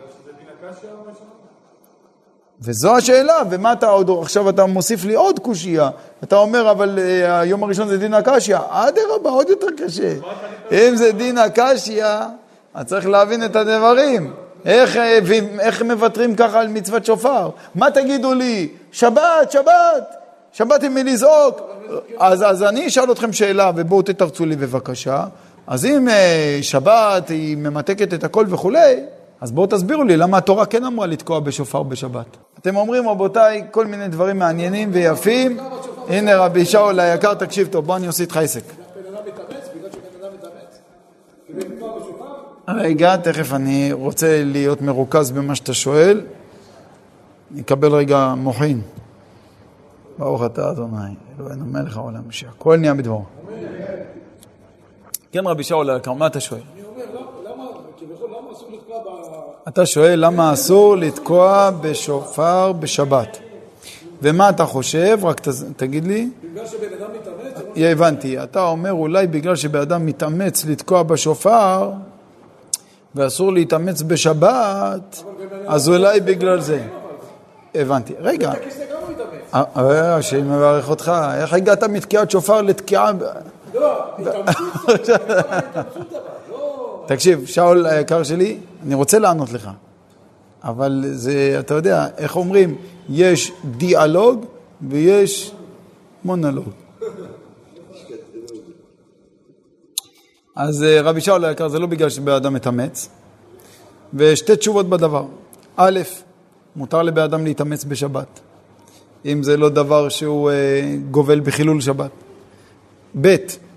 וזו השאלה, ומה אתה עוד, עכשיו אתה מוסיף לי עוד קושיה, אתה אומר, אבל היום הראשון זה דין הקשיא, אדרבה, עוד יותר קשה. אם זה דין הקשיא, אז צריך להבין את הדברים. איך מבטרים ככה על מצוות שופר? מה תגידו לי? שבת עם מלזעוק. אז אני אשאל אתכם שאלה, ובואו תתרצו לי בבקשה. אז אם שבת היא ממתקת את הכל וכולי, אז בואו תסבירו לי למה התורה כן אמרה לתקוע בשופר בשבת. אתם אומרים, רבותיי, כל מיני דברים מעניינים ויפים. הנה רבי שאול היקר, תקשיב טוב, בוא אני עושה איתך עסק. רגע, תכף אני רוצה להיות מרוכז במה שאתה שואל. נקבל רגע מוחין. ברוך אתה אדוני, אלוהינו מלך העולם משיח. כל נהיה בדברו. כן רבי שאול היקר, מה אתה שואל? אתה שואל למה אסור לתקוע בשופר בשבת. ומה אתה חושב? רק תגיד לי. בגלל שבן אדם מתאמץ? הבנתי. אתה אומר אולי בגלל שבן אדם מתאמץ לתקוע בשופר, ואסור להתאמץ בשבת, אז אולי בגלל זה. הבנתי. רגע. שהיא מברך אותך. איך הגעת מתקיעת שופר לתקיעה? לא, התאמצות אבל. תקשיב, שאול היקר שלי, אני רוצה לענות לך. אבל זה, אתה יודע, איך אומרים, יש דיאלוג ויש מונולוג. אז רבי שאול היקר, זה לא בגלל שבאדם מתאמץ. ושתי תשובות בדבר. א', מותר לבאדם להתאמץ בשבת. אם זה לא דבר שהוא גובל בחילול שבת. ב',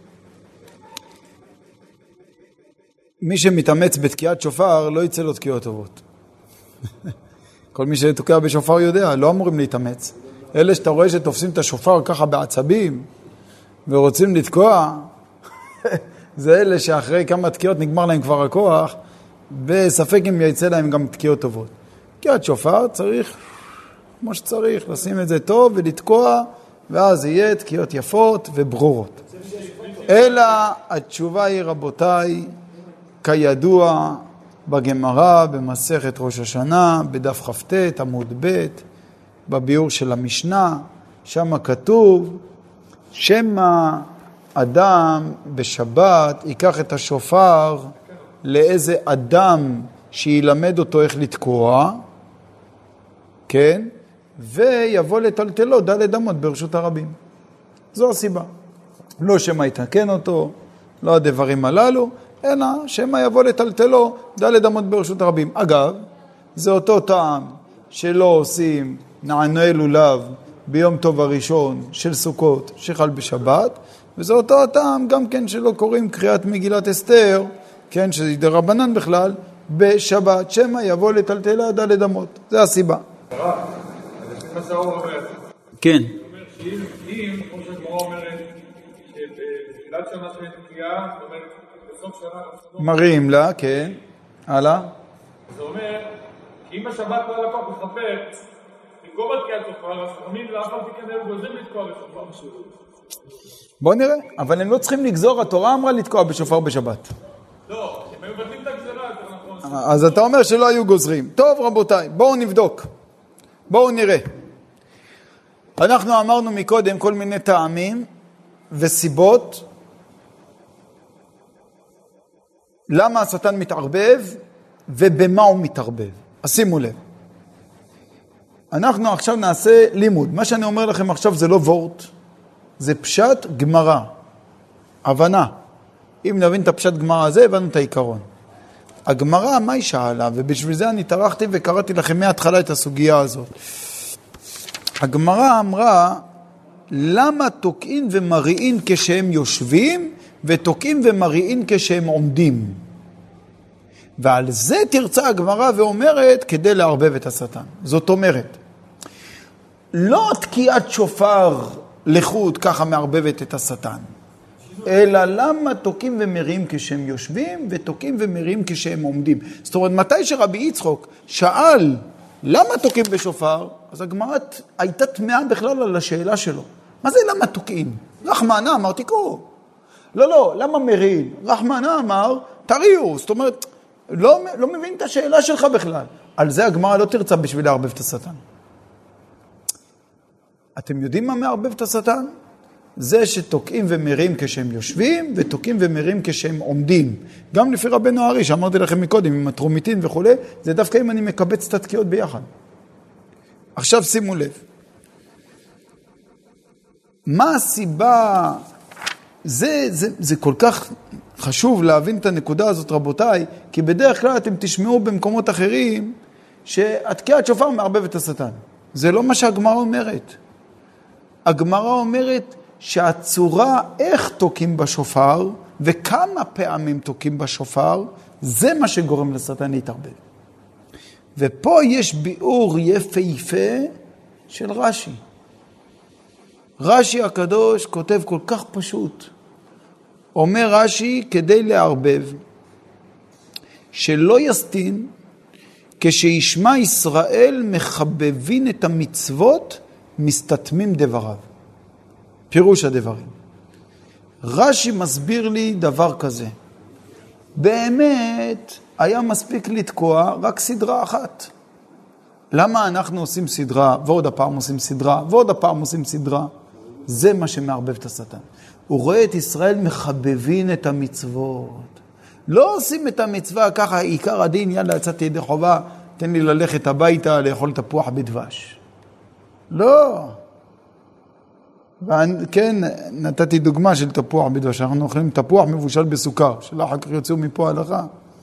מי שמתאמץ בתקיעת שופר לא יצא לו תקיעות טובות. כל מי שתוקע בשופר יודע, לא אמורים להתאמץ. אלה שאתה רואה שתופסים את השופר ככה בעצבים ורוצים לתקוע, זה אלה שאחרי כמה תקיעות נגמר להם כבר הכוח, וספק אם יצא להם גם תקיעות טובות. תקיעת שופר צריך, כמו שצריך, לשים את זה טוב ולתקוע, ואז יהיה תקיעות יפות וברורות. אלא התשובה היא רבותיי, כידוע בגמרא, במסכת ראש השנה, בדף כ"ט, עמוד ב', בביאור של המשנה, שם כתוב שמה אדם בשבת ייקח את השופר לאיזה אדם שילמד אותו איך לתקוע, כן? ויבוא לטלטלו ד' אמות ברשות הרבים. זו הסיבה. לא שמה יתקן אותו, לא הדברים הללו, אלא שמה יבוא לטלטלו ד' אמות ברשות הרבים. אגב, זה אותו טעם שלא עושים נענועי לולב ביום טוב הראשון של סוכות שחל בשבת, וזה אותו הטעם גם כן שלא קוראים קריאת מגילת אסתר, כן, שזה דרבנן בכלל, בשבת, שמה יבוא לטלטלה ד' אמות. זה הסיבה. מה שהאור אומר. כן. זאת אומרת שאם, כמו שהגמרא אומרת, שבתחילת שנה של תקיעה, זאת אומרת, בסוף שנה... מרים לה, כן. הלאה. זה אומר, כי אם בשבת בא לקוח מחפר, תקוע בתקיעת שופר, אז חכמים לאף על פי כן היו גוזרים לתקוע בשופר. בואו נראה, אבל הם לא צריכים לגזור, התורה אמרה לתקוע בשופר בשבת. לא, הם היו בתים את הגזרה, יותר נכון. אז אתה אומר שלא היו גוזרים. טוב רבותיי, בואו נבדוק. בואו נראה. אנחנו אמרנו מקודם כל מיני טעמים וסיבות למה השטן מתערבב ובמה הוא מתערבב. אז שימו לב. אנחנו עכשיו נעשה לימוד. מה שאני אומר לכם עכשיו זה לא וורט, זה פשט גמרא. הבנה. אם נבין את הפשט גמרא הזה, הבנו את העיקרון. הגמרא, מה היא שאלה? ובשביל זה אני טרחתי וקראתי לכם מההתחלה את הסוגיה הזאת. הגמרא אמרה, למה תוקעים ומריעים כשהם יושבים, ותוקעים ומריעים כשהם עומדים? ועל זה תרצה הגמרא ואומרת, כדי לערבב את השטן. זאת אומרת, לא תקיעת שופר לחוד ככה מערבבת את השטן, אלא למה תוקעים ומריעים כשהם יושבים, ותוקעים ומריעים כשהם עומדים. זאת אומרת, מתי שרבי יצחוק שאל, למה תוקעים בשופר? אז הגמרא הייתה תמאה בכלל על השאלה שלו. מה זה למה תוקעים? רחמנה אמר תקעו. לא, למה מריעים? רחמנה אמר תריעו. זאת אומרת, לא מבין את השאלה שלך בכלל. על זה הגמרא לא תרצה בשביל לערבב את השטן. אתם יודעים מה מערבב את השטן? זה שתוקעים ומריעים כשהם יושבים, ותוקעים ומריעים כשהם עומדים. גם לפי רבנו הארי, שאמרתי לכם מקודם, עם הטרומיטין וכו', זה דווקא אם אני מקבץ את התקיעות ביחד. עכשיו שימו לב. מה הסיבה? זה כל כך חשוב להבין את הנקודה הזאת, רבותיי, כי בדרך כלל אתם תשמעו במקומות אחרים, שהתקיעת שופר מערבב את השטן. זה לא מה שהגמרא אומרת. הגמרא אומרת, שהצורה איך תוקים בשופר וכמה פעמים תוקים בשופר, זה מה שגורם לשטן להתערבב. ופה יש ביאור יפהפה של רש"י. רש"י הקדוש כותב כל כך פשוט. אומר רש"י כדי לערבב, שלא יסתין כשישמע ישראל מחבבין את המצוות מסתתמים דבריו. פירוש הדברים. רש"י מסביר לי דבר כזה. באמת היה מספיק לתקוע רק סדרה אחת. למה אנחנו עושים סדרה, ועוד הפעם עושים סדרה, ועוד הפעם עושים סדרה? זה מה שמערבב את השטן. הוא רואה את ישראל מחבבין את המצוות. לא עושים את המצווה ככה, עיקר הדין, יאללה, יצאתי ידי חובה, תן לי ללכת הביתה, לאכול תפוח בדבש. לא. כן, נתתי דוגמה של תפוח בדבש. אנחנו אוכלים תפוח מבושל בסוכר, שלאחר כך יוצאו מפה הלכה.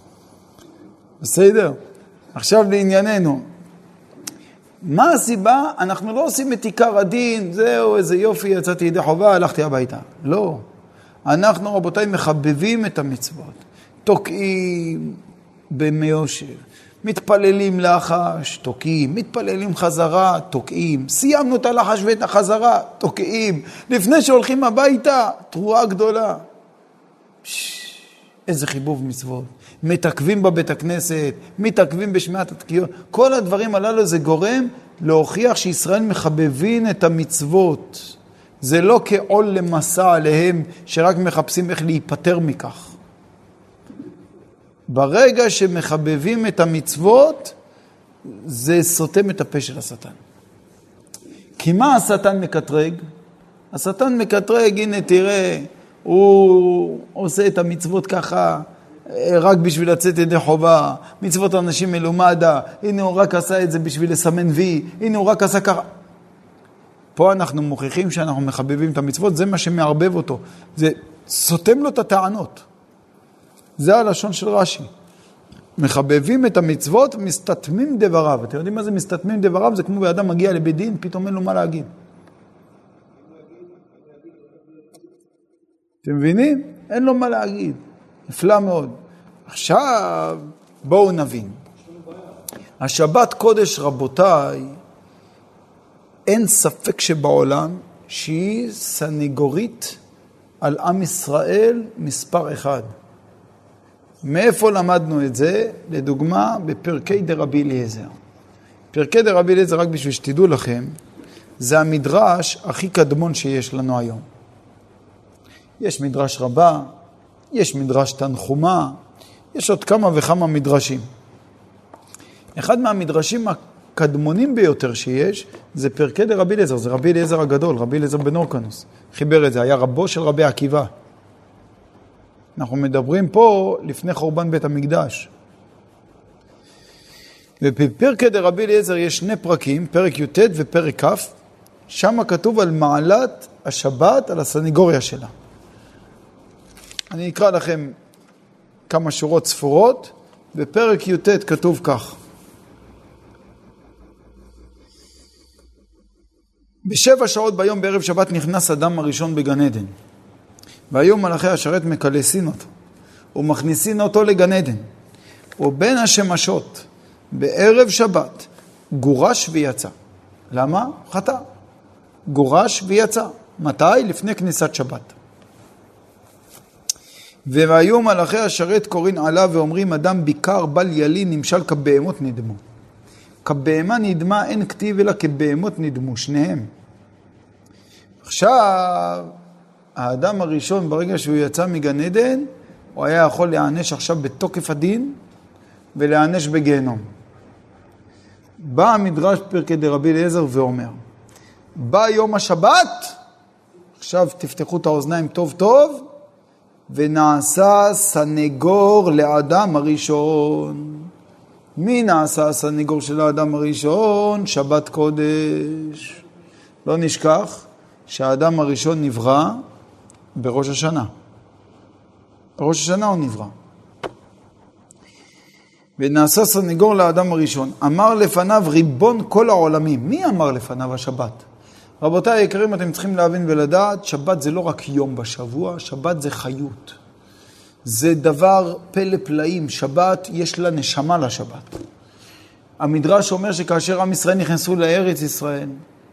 בסדר? עכשיו לענייננו. מה הסיבה? אנחנו לא עושים את עיקר הדין, זהו, איזה יופי, יצאתי ידי חובה, הלכתי הביתה. לא. אנחנו, רבותיי, מחבבים את המצוות. תוקעים במיושב. מתפללים לחש, תוקעים. מתפללים חזרה, תוקעים. סיימנו את הלחש ואת החזרה, תוקעים. לפני שהולכים הביתה, תרועה גדולה. איזה חיבוב מצוות. מתעכבים בבית הכנסת, מתעכבים בשמיעת התקיעות. כל הדברים הללו זה גורם להוכיח שישראל מחבבים את המצוות. זה לא כעול למסע עליהם שרק מחפשים איך להיפטר מכך. ברגע שמחבבים את המצוות, זה סותם את הפה של השטן. כי מה השטן מקטרג? השטן מקטרג, הנה תראה, הוא עושה את המצוות ככה, רק בשביל לצאת ידי חובה, מצוות אנשים מלומדה, הנה הוא רק עשה את זה בשביל לסמן וי, הנה הוא רק עשה ככה. פה אנחנו מוכיחים שאנחנו מחבבים את המצוות, זה מה שמערבב אותו, זה סותם לו את הטענות. זה הלשון של רש"י. מחבבים את המצוות, מסתתמים דבריו. אתם יודעים מה זה מסתתמים דבריו? זה כמו באדם מגיע לבית דין, פתאום אין לו מה להגיד. אתם מבינים? אין לו מה להגיד. נפלא מאוד. עכשיו, בואו נבין. השבת קודש, רבותיי, אין ספק שבעולם שהיא סנגורית על עם ישראל מספר אחד. מאיפה למדנו את זה? לדוגמה, בפרקי דרבי אליעזר. פרקי דרבי אליעזר, רק בשביל שתדעו לכם, זה המדרש הכי קדמון שיש לנו היום. יש מדרש רבה, יש מדרש תנחומה, יש עוד כמה וכמה מדרשים. אחד מהמדרשים הקדמונים ביותר שיש, זה פרקי דרבי אליעזר, זה רבי אליעזר הגדול, רבי אליעזר בן הורקנוס. חיבר את זה, היה רבו של רבי עקיבא. אנחנו מדברים פה לפני חורבן בית המקדש. ובפרקי דרבי אליעזר יש שני פרקים, פרק י"ט ופרק כ', שם כתוב על מעלת השבת, על הסניגוריה שלה. אני אקרא לכם כמה שורות ספורות. בפרק י"ט כתוב כך: ב7 שעות ביום בערב שבת נכנס אדם הראשון בגן עדן. והיום מלאכי השרת מקלסין אותו, ומכניסין אותו לגן עדן. ובין השמשות, בערב שבת, גורש ויצא. למה? חטא. גורש ויצא. מתי? לפני כניסת שבת. והיום מלאכי השרת קוראים עליו ואומרים, אדם ביקר בל ילין נמשל כבהמות נדמו. כבהמה נדמה אין כתיב אלא כבהמות נדמו, שניהם. עכשיו, האדם הראשון ברגע שהוא יצא מגן עדן, הוא היה יכול להיענש עכשיו בתוקף הדין ולהיענש בגיהנום. בא המדרש פרקי דרבי אליעזר ואומר, בא יום השבת, עכשיו תפתחו את האוזניים טוב טוב, ונעשה סנגור לאדם הראשון. מי נעשה הסנגור של האדם הראשון? שבת קודש. לא נשכח שהאדם הראשון נברא בראש השנה. בראש השנה הוא נברא. ונעשה סנגור לאדם הראשון. אמר לפניו ריבון כל העולמים. מי אמר לפניו השבת? רבותיי היקרים, אתם צריכים להבין ולדעת, שבת זה לא רק יום בשבוע, שבת זה חיות. זה דבר פלא פלאים. שבת יש לה נשמה לשבת. המדרש אומר שכאשר עם ישראל נכנסו לארץ ישראל,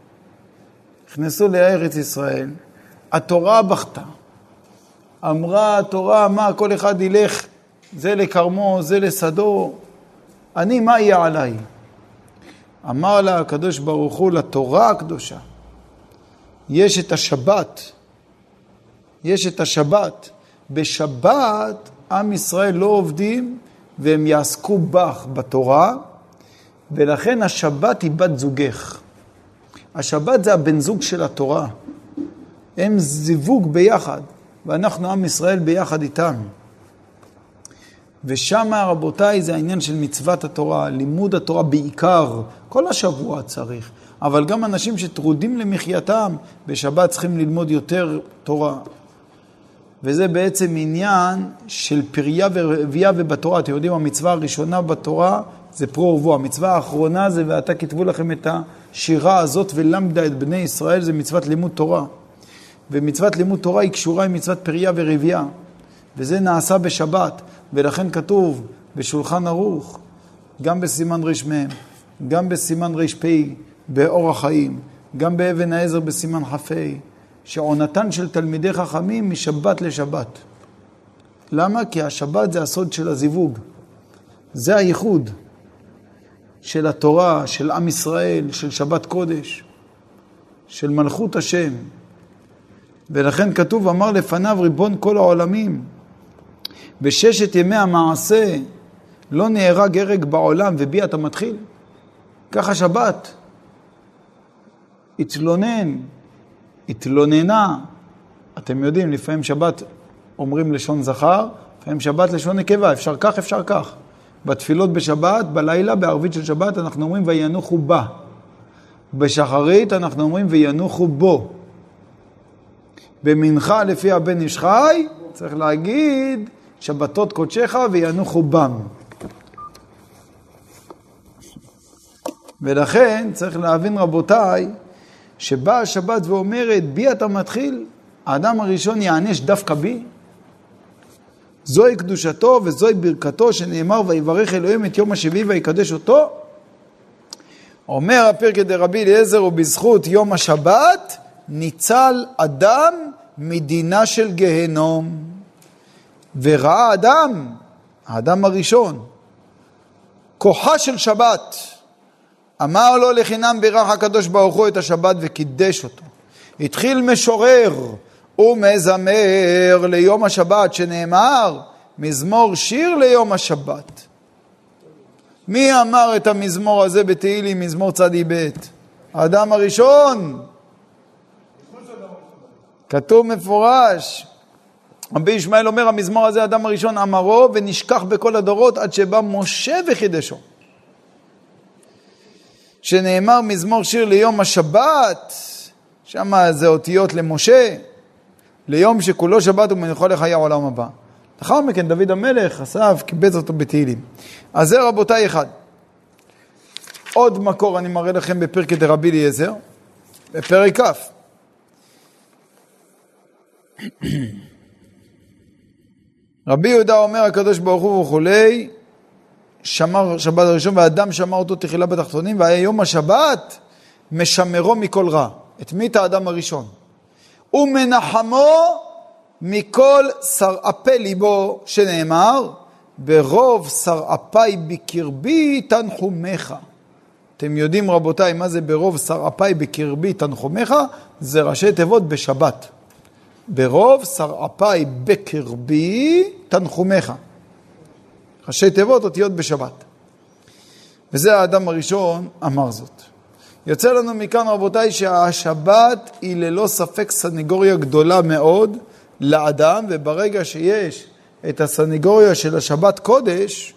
התורה בכתה. אמרה התורה, מה כל אחד ילך, זה לקרמו, זה לשדו, אני מה יהיה עליי? אמר לה הקדוש ברוך הוא לתורה הקדושה, יש את השבת. בשבת עם ישראל לא עובדים והם יעסקו בך בתורה, ולכן השבת היא בת זוגך. השבת זה הבן זוג של התורה. הם זיווג ביחד, ואנחנו עם ישראל ביחד איתם. ושם רבותיי זה העניין של מצוות התורה, לימוד התורה בעיקר, כל השבוע צריך. אבל גם אנשים שטרודים למחייתם, בשבת צריכים ללמוד יותר תורה. וזה בעצם עניין של פריה ורבייה ובתורה. אתם יודעים, המצווה הראשונה בתורה זה פרו ורבו. המצווה האחרונה זה, ואתה כתבו לכם את השירה הזאת, ולמדה את בני ישראל, זה מצוות לימוד תורה. ומצוות לימוד תורה היא קשורה עם מצוות פריה ורבייה. וזה נעשה בשבת. ולכן כתוב בשולחן ערוך, גם בסימן רשמם, גם בסימן רשפי, באור החיים, גם באבן העזר בסימן חפי, שעונתן של תלמידי חכמים משבת לשבת. למה? כי השבת זה הסוד של הזיווג. זה הייחוד של התורה, של עם ישראל, של שבת קודש, של מלכות השם. ולכן כתוב, אמר לפניו ריבון כל העולמים, בששת ימי המעשה לא נהרג הרג בעולם, ובי אתה מתחיל. ככה שבת. התלונן, התלוננה. אתם יודעים, לפעמים שבת אומרים לשון זכר, לפעמים שבת לשון נקבה, אפשר כך, אפשר כך. בתפילות בשבת, בלילה, בערבית של שבת, אנחנו אומרים וינוחו בה. בשחרית אנחנו אומרים וינוחו בו. במנחה לפי הבן איש חי, צריך להגיד שבתות קודשך וינוחו בם. ולכן צריך להבין רבותיי, שבאה השבת ואומרת, בי אתה מתחיל, האדם הראשון יענש דווקא בי. זוהי קדושתו וזוהי ברכתו שנאמר ויברך אלוהים את יום השביעי ויקדש אותו. אומר הפרקי דרבי אליעזר, ובזכות יום השבת ניצל אדם מדינה של גהנום. וראה האדם הראשון, כוחה של שבת. אמר לו לחינם בירך הקדוש ברוך הוא את השבת וקידש אותו. התחיל משורר ומזמר ליום השבת, שנאמר מזמור שיר ליום השבת. מי אמר את המזמור הזה בתהילים, מזמור צדי ב'? האדם הראשון. כתוב מפורש. רבי ישמעאל אומר, המזמור הזה האדם הראשון אמרו ונשכח בכל הדורות עד שבא משה וחידשו. שנאמר מזמור שיר ליום השבת, שם זה אותיות למשה, ליום שכולו שבת ומנוחה לחיי העולם הבא. לאחר מכן דוד המלך אסף קיבץ אותו בתהילים. אז זה רבותיי אחד. עוד מקור אני מראה לכם בפרקי דרבי אליעזר, בפרק כ'. רבי יהודה אומר הקדוש ברוך הוא וכולי, שמר שבת הראשון והאדם שמר אותו תחילה בתחתונים, והיה יום השבת משמרו מכל רע. את מי? את האדם הראשון. ומנחמו מכל שרעפי ליבו, שנאמר ברוב שרעפי בקרבי תנחומך. אתם יודעים רבותיי מה זה ברוב שרעפי בקרבי תנחומך? זה ראשי תיבות בשבת. ברוב שרעפי בקרבי תנחומך. ראשי תיבות אותיות בשבת. וזה האדם הראשון אמר זאת. יוצא לנו מכאן רבותיי שהשבת היא ללא ספק סניגוריה גדולה מאוד לאדם, וברגע שיש את הסניגוריה של השבת קודש,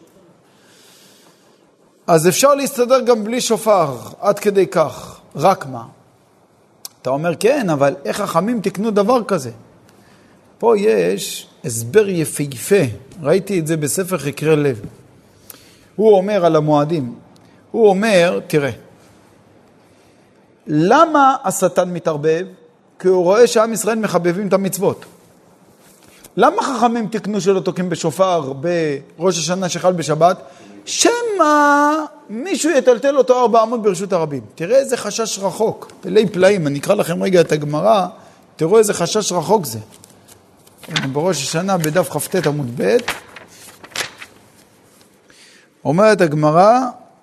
אז אפשר להסתדר גם בלי שופר, עד כדי כך. רק מה? אתה אומר כן, אבל איך חכמים תקנו דבר כזה? פה יש הסבר יפהפה, ראיתי את זה בספר חקרי לב. הוא אומר על המועדים, הוא אומר, תראה, למה השטן מתערבב? כי הוא רואה שעם ישראל מחבבים את המצוות. למה חכמים תקנו שלא תוקעים בשופר בראש השנה שחל בשבת? שמה מישהו יטלטל אותו 400 ברשות הרבים. תראה איזה חשש רחוק, פלאי פלאים, אני אקרא לכם רגע את הגמרא, תראו איזה חשש רחוק זה. בראש השנה בדף כ"ט עמוד ב' אומרת הגמרא,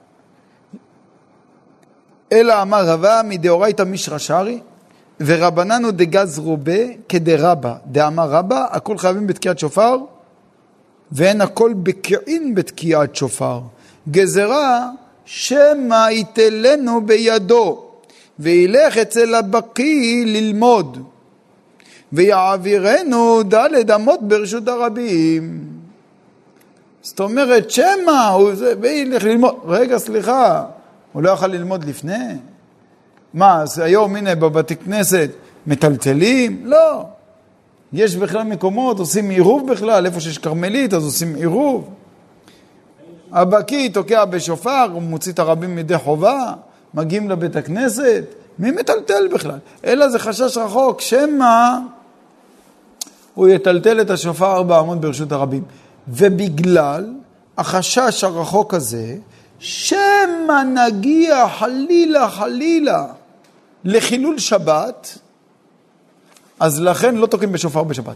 אלא אמר רבא מדאורייתא מישרא שרי ורבננו דגז רובה כדרבא דאמר רבא, הכל חייבים בתקיעת שופר ואין הכל בקעין בתקיעת שופר. גזרה שמא יתלנו בידו וילך אצל הבקי ללמוד ויעבירנו ד' אמות ברשות הרבים. זאת אומרת שמא הוא וילך ללמוד. רגע סליחה, הוא לא יוכל ללמוד לפני? מה, אז היום הנה בבתי כנסת מטלטלים? לא. יש בכלל מקומות, עושים עירוב בכלל, איפה שיש קרמלית אז עושים עירוב. הבקי תוקע בשופר, הוא מוציא את הרבים מדי חובה, מגיעים לבית הכנסת, מי מטלטל בכלל? אלא זה חשש רחוק, שמא הוא יטלטל את השופר 400 ברשות הרבים. ובגלל החשש הרחוק הזה, שמא נגיע חלילה לחילול שבת, אז לכן לא תוקעים בשופר בשבת.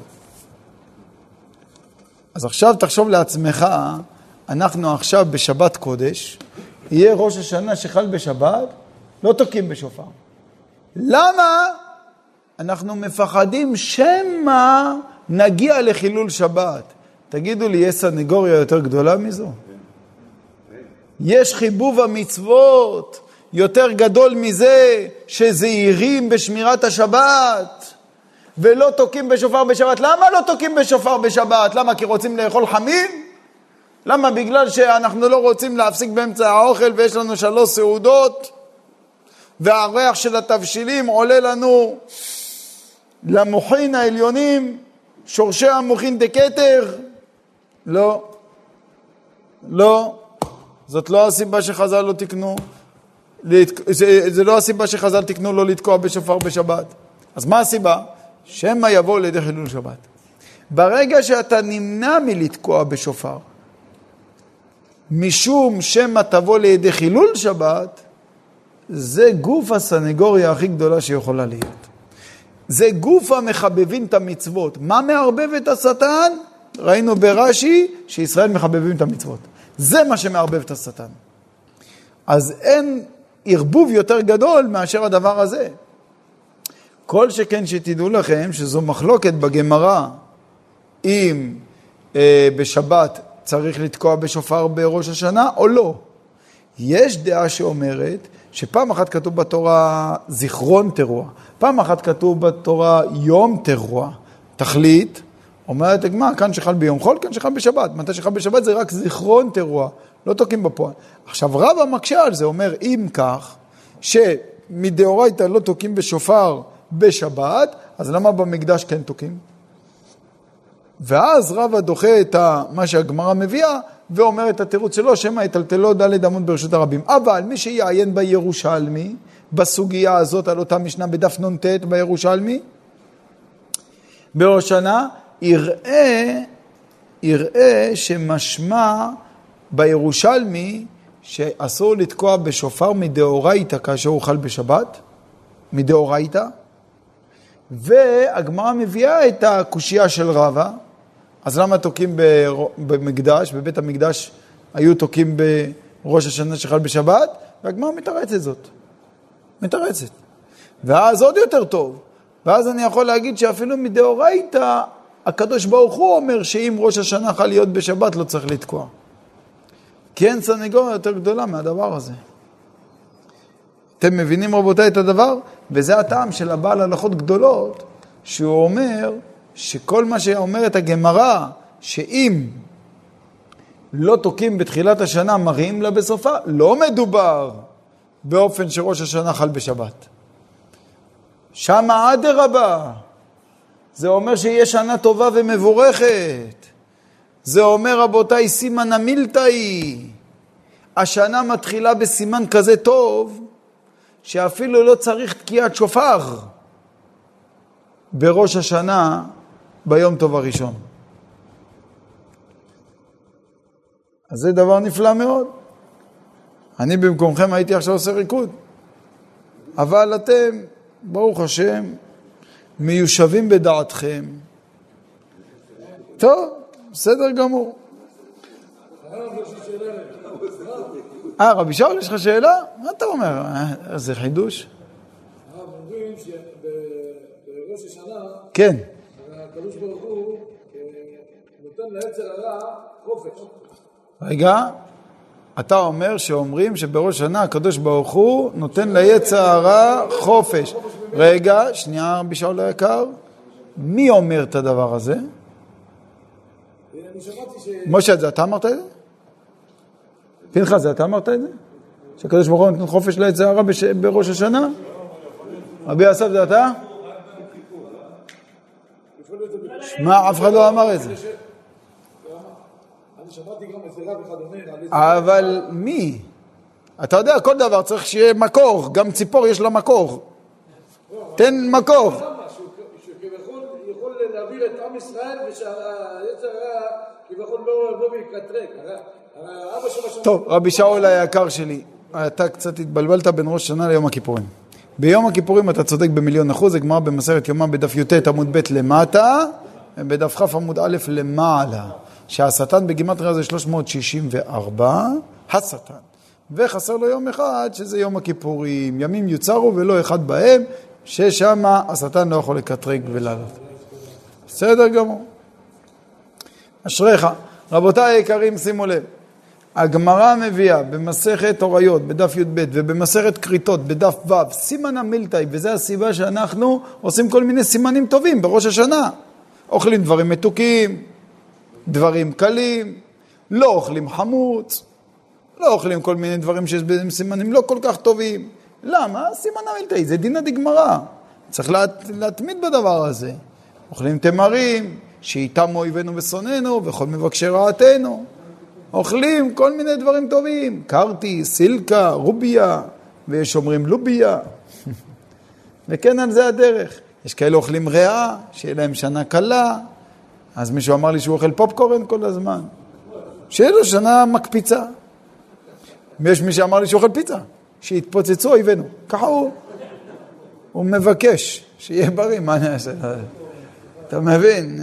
אז עכשיו תחשוב לעצמך, אנחנו עכשיו בשבת קודש, יהיה ראש השנה שחל בשבת, לא תוקעים בשופר. למה? אנחנו מפחדים שמא נגיע לחילול שבת. תגידו לי, יש סנגוריה יותר גדולה מזו? יש חיבוב המצוות, יותר גדול מזה שזהירים בשמירת השבת ולא תוקעים בשופר בשבת? למה לא תוקעים בשופר בשבת? למה? כי רוצים לאכול חמין? למה? בגלל שאנחנו לא רוצים להפסיק באמצע האוכל ויש לנו 3 סעודות והריח של התבשילים עולה לנו למוחין העליונים, שורשי המוחין דקטר? לא. לא. זאת לא הסיבה שחז"ל לא תקנו. זה לא הסיבה שחז"ל תקנו לא לתקוע בשופר בשבת. אז מה הסיבה? שמא יבוא לידי חילול שבת. ברגע שאתה נמנע מלתקוע בשופר, משום שמא תבוא לידי חילול שבת, זה גוף הסנגוריה הכי גדולה שיכולה להיות. זה גוף המחבבים את המצוות. מה מערבב את השטן? ראינו ברש"י שישראל מחבבים את המצוות. זה מה שמערבב את השטן. אז אין ערבוב יותר גדול מאשר הדבר הזה. כל שכן שתדעו לכם שזו מחלוקת בגמרא, אם בשבת צריך לתקוע בשופר בראש השנה או לא. יש דעה שאומרת שפעם אחת כתוב בתורה זיכרון תרועה, פעם אחת כתוב בתורה יום תרועה. תחליט, אומרת הגמרא, כאן שחל ביום חול, כאן שחל בשבת. מתי שחל בשבת זה רק זיכרון תרועה, לא תוקעים בפועל. עכשיו רבא מקשה על זה, אומר אם כך, שמדאורייתא לא תוקעים בשופר בשבת, אז למה במקדש כן תוקעים? ואז רבא דוחה את מה שהגמרא מביאה, ואומר את התירוץ שלו, שמא יטלטלו ד' אמות ברשות הרבים. אבל מי שיעיין בירושלמי, בסוגיה הזאת על אותה משנה בדף נ"ט בירושלמי, בראש השנה, יראה שמשמע בירושלמי שאסור לתקוע בשופר מדאורייתא כאשר הוא חל בשבת, מדאורייתא, והגמרא מביאה את הקושייה של רבא. אז למה תוקעים במקדש? בבית המקדש היו תוקעים בראש השנה שחל בשבת, והגמרא מתרצת זאת. מתרצת. ואז עוד יותר טוב. ואז אני יכול להגיד שאפילו מדאורייתא, הקדוש ברוך הוא אומר שאם ראש השנה חל להיות בשבת לא צריך לתקוע. כי אין סנגוריה יותר גדולה מהדבר הזה. אתם מבינים רבותיי את הדבר? וזה הטעם של הבעל הלכות גדולות, שהוא אומר שכל מה שאומרת הגמרא, שאם לא תוקעים בתחילת השנה מריעים לה בסופה, לא מדובר באופן שראש השנה חל בשבת. שמה אדרבה. זה אומר שיהיה שנה טובה ומבורכת. זה אומר רבותיי סימן המילתאי. השנה מתחילה בסימן כזה טוב, שאפילו לא צריך תקיעת שופר בראש השנה ביום טוב הראשון. אז זה דבר נפלא מאוד. אני במקומכם הייתי עכשיו עושה ריקוד. אבל אתם, ברוך השם, מיושבים בדעתכם. טוב, בסדר גמור. רבי שאול, יש לך שאלה? מה אתה אומר? זה חידוש? אומרים שבראש השנה, כן. הקדוש ברוך הוא נותן ליצר הרע חופש. רגע, אתה אומר שאומרים שבראש השנה הקדוש ברוך הוא נותן ליצר הרע חופש. רגע, שנייה רבי שאול היקר, מי אומר את הדבר הזה? אני שמעתי משה, זה אתה אמרת את זה? פנחס, זה אתה אמרת את זה? שהקדוש ברוך הוא נותן חופש ליצר הרע בראש השנה? רבי אסף, זה אתה? שמע, אף אחד לא אמר את זה. אני שמעתי גם איזה רב אחד אומר, אבל מי? אתה יודע, כל דבר צריך שיהיה מקור, גם ציפור יש לה מקור. תן מקור. שכביכול יכול להעביר את עם ישראל ושהיצר הרע כביכול לא יבוא ויקטרק. טוב, רבי שאול היקר שלי, אתה קצת התבלבלת בין ראש השנה ליום הכיפורים. ביום הכיפורים אתה צודק ב1,000,000%, זה גמרא במסכת יומא בדף י"ט עמוד ב' למטה, ובדף כ' עמוד א' למעלה. שהשטן בגימטריה זה 364, השטן. וחסר לו יום אחד, שזה יום הכיפורים. ימים יוצרו ולא אחד בהם, ששם השטן לא יכול לקטרג ולעלות. בסדר גמור. אשריך. רבותיי היקרים, שימו לב. הגמרא מביאה במסכת הוריות בדף י"ב ובמסכת כריתות בדף ו' סימן המילתאי, וזה הסיבה שאנחנו עושים כל מיני סימנים טובים בראש השנה. אוכלים דברים מתוקים, דברים קלים, לא אוכלים חמוץ, לא אוכלים כל מיני דברים שיש בהם סימנים לא כל כך טובים. למה? סימן המילתאי, זה דינא דגמרא. צריך להתמיד בדבר הזה. אוכלים תמרים, שאיתם אויבינו ושונאינו, וכל מבקשי רעתנו. אוכלים כל מיני דברים טובים, קרטי, סילקה, רוביה, ויש אומרים לוביה. וכן על זה הדרך. יש כאלה אוכלים ריאה, שיהיה להם שנה קלה, אז מישהו אמר לי שהוא אוכל פופקורן כל הזמן. שיהיה לו שנה מקפיצה. ויש מי שאמר לי שהוא אוכל פיצה, שיתפוצצו אויבינו. ככה הוא מבקש שיהיה בריא, מה אני אעשה? אתה מבין?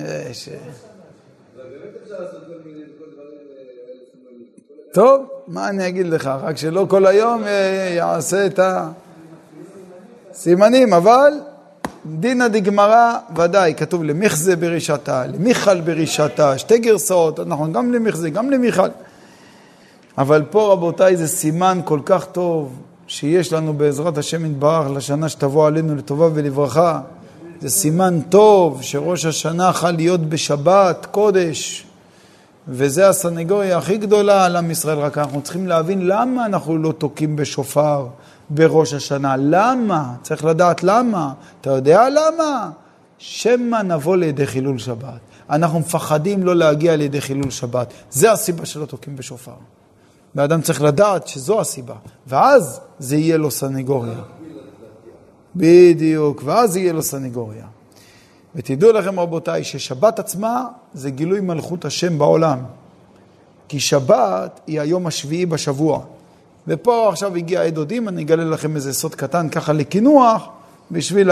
טוב, מה אני אגיד לך? רק שלא כל היום יעשה את הסימנים, אבל דינא דגמרא ודאי, כתוב למיכזה ברישתה, למיכל ברישתה, שתי גרסאות, אנחנו גם למיכזה, גם למיכל. אבל פה רבותיי זה סימן כל כך טוב, שיש לנו בעזרת השם יתברך לשנה שתבוא עלינו לטובה ולברכה. זה סימן טוב שראש השנה חל להיות בשבת קודש, וזה הסנגוריה הכי גדולה על עם ישראל. רק אנחנו צריכים להבין למה אנחנו לא תוקים בשופר בראש השנה. למה? צריך לדעת למה. אתה יודע למה? שמה נבוא לידי חילול שבת. אנחנו מפחדים לא להגיע לידי חילול שבת. זה הסיבה שלא תוקים בשופר. והאדם צריך לדעת שזו הסיבה. ואז זה יהיה לו סנגוריה. בדיוק. ואז יהיה לו סנגוריה. ותדעו לכם רבותיי ששבת עצמה זה גילוי מלכות השם בעולם. כי שבת היא היום השביעי בשבוע. ופה עכשיו הגיע עדודים, אני אגלה לכם איזה סוד קטן ככה לכינוח בשביל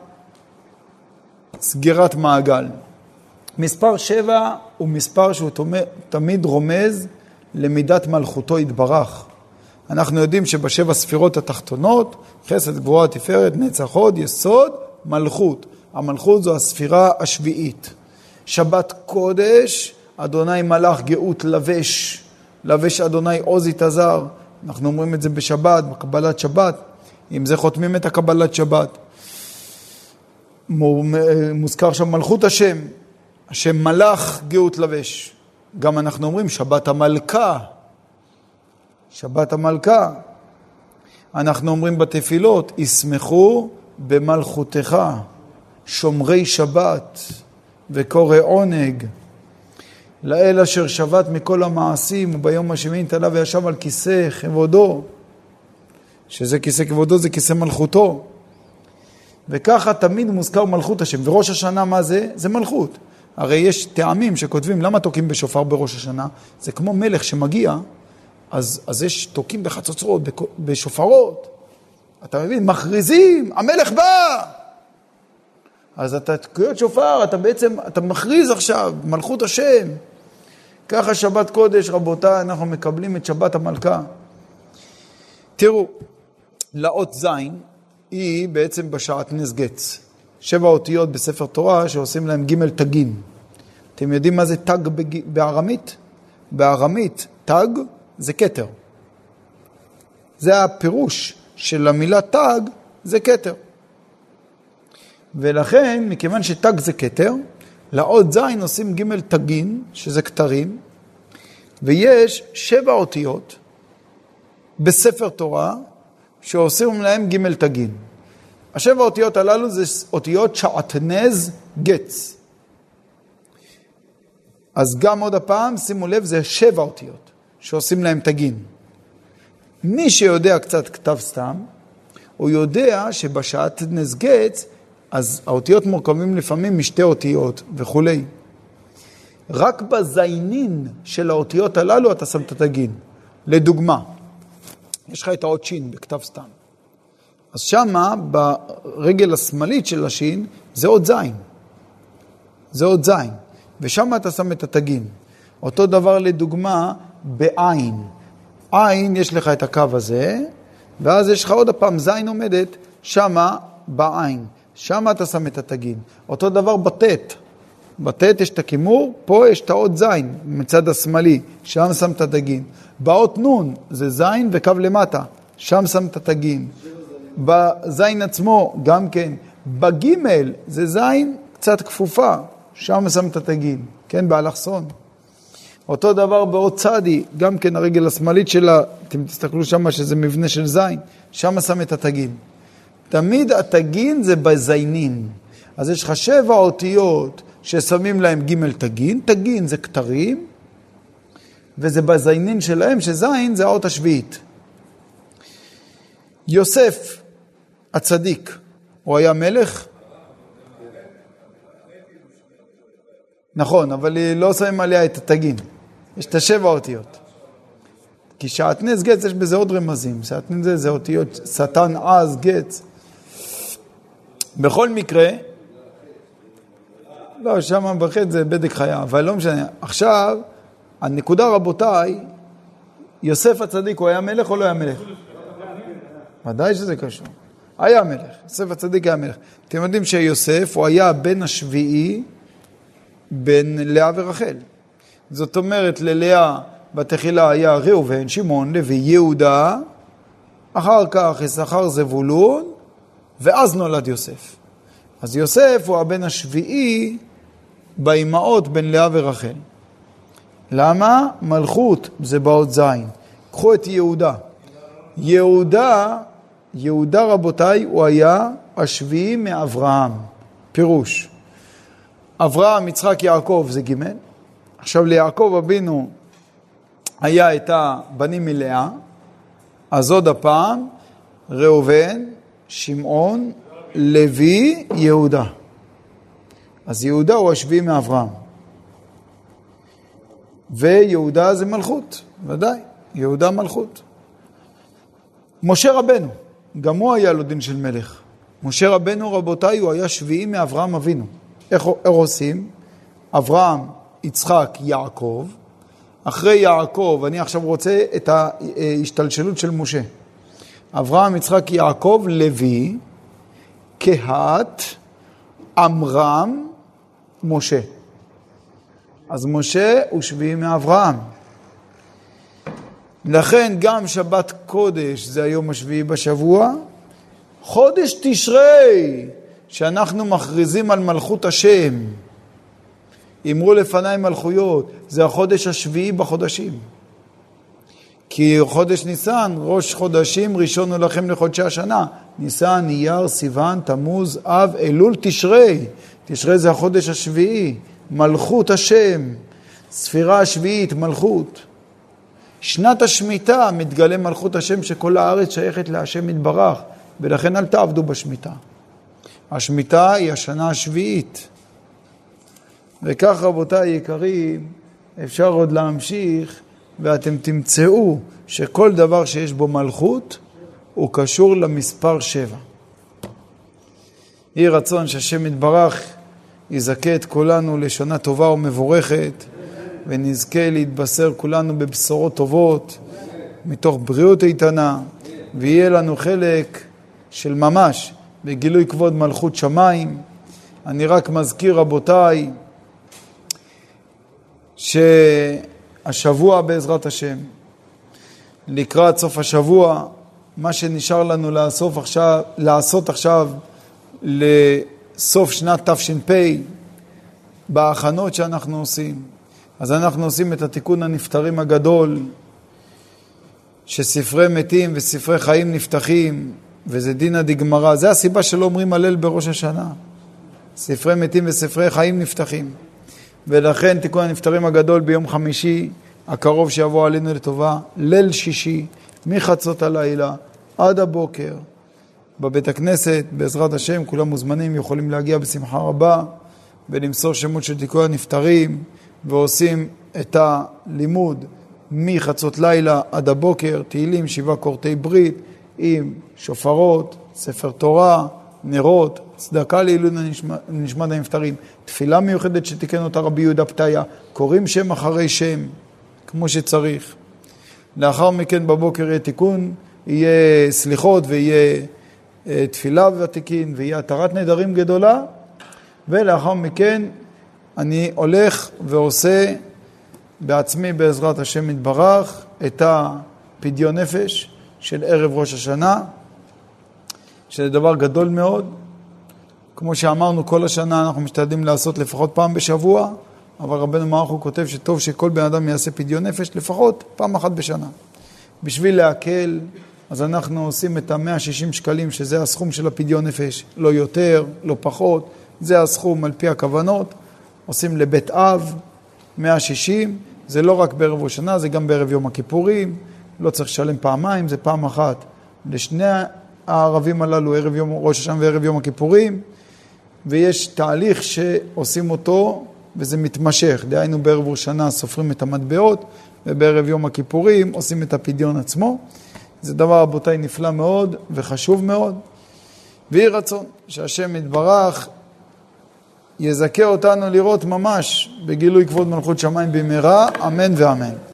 סגירת מעגל. מספר 7 הוא מספר שהוא תמיד רומז למידת מלכותו יתברך. אנחנו יודעים שבשבע ספירות התחתונות, חסד, גבורה, תפארת, נצח, הוד, יסוד, מלכות. המלכות זו הספירה השביעית. שבת קודש, אדוני מלאך גאות לבש, לבש אדוני עוז יתעזר. אנחנו אומרים את זה בשבת, בקבלת שבת. עם זה חותמים את הקבלת שבת. מוזכר שם מלכות השם, השם מלאך גאות לבש. גם אנחנו אומרים שבת המלכה, שבת המלכה. אנחנו אומרים בתפילות, ישמחו במלכותך, שומרי שבת וקורא עונג. לאל אשר שבת מכל המעשים, וביום השמיני נתעלה וישב על כיסא כבודו, שזה כיסא כבודו, זה כיסא מלכותו. וככה תמיד מוזכר מלכות השם. וראש השנה מה זה? זה מלכות. הרי יש טעמים שכותבים למה תוקים בשופר בראש השנה. זה כמו מלך שמגיע, אז יש תוקים בחצוצרות, בשופרות. אתה מבין? מכריזים, המלך בא! אז אתה תקויות שופר, אתה מכריז עכשיו, מלכות השם. ככה שבת קודש, רבותיי, אנחנו מקבלים את שבת המלכה. תראו, לאות זין היא בעצם בשעטנז גץ. 7 אותיות בספר תורה שעושים להם ג' תגין. אתם יודעים מה זה תג בארמית? בארמית תג זה כתר. זה הפירוש של המילה תג, זה כתר. ולכן, מכיוון שתג זה כתר, לאות זין עושים ג' תגין, שזה כתרים, ויש 7 אותיות בספר תורה שעושים להם ג' תגין. 7 אותיות הללו זה אותיות שעטנז גץ. אז גם עוד הפעם, שימו לב, זה 7 אותיות שעושים להם תגין. מי שיודע קצת כתב סתם, הוא יודע שבשעטנז גץ, אז האותיות מורכבים לפעמים משתי אותיות וכו'. רק בזיינין של האותיות הללו אתה שם את התגין. לדוגמה, יש לך את האות שין בכתב סתם. אז שמה, ברגל השמאלית של השין, זה עוד זין. זה עוד זין. ושמה אתה שם את התגין. אותו דבר לדוגמה, בעין. עין יש לך את הקו הזה, ואז יש לך עוד הפעם זין עומדת, שמה בעין. שמה אתה שם את התגין. אותו דבר בתת. בטית יש את הכימור, פה יש את האות זין, מצד השמאלי, שם שם את הדגין. באות נון זה זין וקו למטה, שם שם את הדגין. בזין עצמו גם כן. בגימל זה זין קצת כפופה, שם שם את הדגין, כן, באלכסון. אותו דבר באות צדי, גם כן הרגל השמאלית שלה, אתם תסתכלו שם שזה מבנה של זין, שם שם את התגין. תמיד התגין זה בזיינין. אז יש לך 7 אותיות ששמים להם ג' תגין, תגין זה כתרים, וזה בזיינין שלהם, שזין זה האות השביעית. יוסף הצדיק, הוא היה מלך? נכון, אבל היא לא שמים עליה את התגין. יש את 7 אותיות. כי שעטנז גץ יש בזה עוד רמזים. שעטנז זה אותיות שטן עז גץ. בכל מקרה, לא, שם בחד זה בדק חיה, אבל לא משנה. עכשיו, הנקודה רבותיי, יוסף הצדיק הוא היה מלך או לא היה מלך? ודאי שזה קשור. היה מלך, יוסף הצדיק היה מלך. אתם יודעים שיוסף הוא היה בן השביעי בין לאה ורחל. זאת אומרת, ללאה בתחילה היה ראובן, שמעון, לוי, יהודה, אחר כך יששכר זבולון, ואז נולד יוסף. אז יוסף הוא הבן השביעי באימהות בין לאה ורחל. למה? מלכות זה באות זין. קחו את יהודה. יהודה רבותיי הוא היה השביעי מאברהם. פירוש. אברהם, יצחק, יעקב זה ג'. עכשיו ליעקב אבינו היה את הבנים מלאה, אז עוד הפעם ראובן, שמעון, לוי, יהודה. אז יהודה הוא השביעי מאברהם. ויהודה זה מלכות, ודאי, יהודה מלכות. משה רבנו, גם הוא היה לו דין של מלך. משה רבנו רבותיי הוא היה שביעי מאברהם אבינו. איך עושים? אברהם, יצחק, יעקב. אחרי יעקב, אני עכשיו רוצה את ההשתלשלות של משה. אברהם, יצחק, יעקב, לוי, קהת, עמרם, משה. אז משה הוא שביעי מאברהם. לכן גם שבת קודש זה היום השביעי בשבוע. חודש תשרי, שאנחנו מכריזים על מלכות השם. אמרו לפניי מלכויות, זה החודש השביעי בחודשים. כי חודש ניסן, ראש חודשים ראשון הוא לכם לחודשי השנה. ניסן, אייר, סיוון, תמוז, אב, אלול, תשרי. תשרי זה החודש השביעי, מלכות השם. ספירה השביעית, מלכות. שנת השמיטה מתגלה מלכות השם שכל הארץ שייכת להשם יתברך, ולכן אל תעבדו בשמיטה. השמיטה היא השנה השביעית. וכך רבותיי יקרים, אפשר עוד להמשיך, ואתם תמצאו שכל דבר שיש בו מלכות, הוא קשור למספר 7. יהי רצון שהשם יתברך יזכה את כולנו לשנה טובה ומבורכת, ונזכה להתבשר כולנו בבשורות טובות, מתוך בריאות איתנה, ויהיה לנו חלק של ממש בגילוי כבוד מלכות שמיים. אני רק מזכיר רבותיי, שהשבוע בעזרת השם, לקראת סוף השבוע, מה שנשאר לנו לעשות עכשיו לסוף שנת תש"פ, בהכנות שאנחנו עושים. אז אנחנו עושים את התיקון הנפטרים הגדול, שספרי מתים וספרי חיים נפתחים, וזה דינא דגמרא. זה הסיבה שלא אומרים הלל בראש השנה. ספרי מתים וספרי חיים נפתחים. ולכן תיקון הנפטרים הגדול ביום חמישי, הקרוב שיבוא עלינו לטובה, ליל שישי, מחצות הלילה עד הבוקר, בבית הכנסת, בעזרת השם, כולם מוזמנים, יכולים להגיע בשמחה רבה, ולמסור שמות של תיקון הנפטרים, ועושים את הלימוד מחצות לילה עד הבוקר, תהילים, 7 קורטי ברית, עם שופרות, ספר תורה, נרות, צדקה לעילוי נשמת הנפטרים, תפילה מיוחדת שתיקן אותה רבי יהודה פתיה, קוראים שם אחרי שם, כמו שצריך. לאחר מכן בבוקר יהיה תיקון, יהיה סליחות ויהיה תפילה ותיקין, ויהיה התרת נדרים גדולה, ולאחר מכן אני הולך ועושה בעצמי בעזרת השם יתברך את הפדיון נפש של ערב ראש השנה, שזה דבר גדול מאוד. כמו שאמרנו, כל השנה אנחנו משתדלים לעשות לפחות פעם בשבוע, אבל רבנו מרח הוא כותב שטוב שכל בן אדם יעשה פדיון נפש לפחות פעם אחת בשנה. בשביל להקל, אז אנחנו עושים את ה-160 שקלים, שזה הסכום של הפדיון נפש, לא יותר, לא פחות, זה הסכום על פי הכוונות. עושים לבית אב 160, זה לא רק בערב ראש השנה, זה גם בערב יום הכיפורים, לא צריך לשלם פעמיים, זה פעם אחת לשני הערבים הללו, ערב יום ראש השנה וערב יום הכיפורים, ויש תהליך שעושים אותו וזה מתמשך, דהיינו בערב ראש השנה סופרים את המטבעות, ובערב יום הכיפורים עושים את הפדיון עצמו. זה דבר רבותיי נפלא מאוד וחשוב מאוד, ויהי רצון שהשם יתברך יזכה אותנו לראות ממש בגילוי כבוד מלכות שמיים במהרה, אמן ואמן.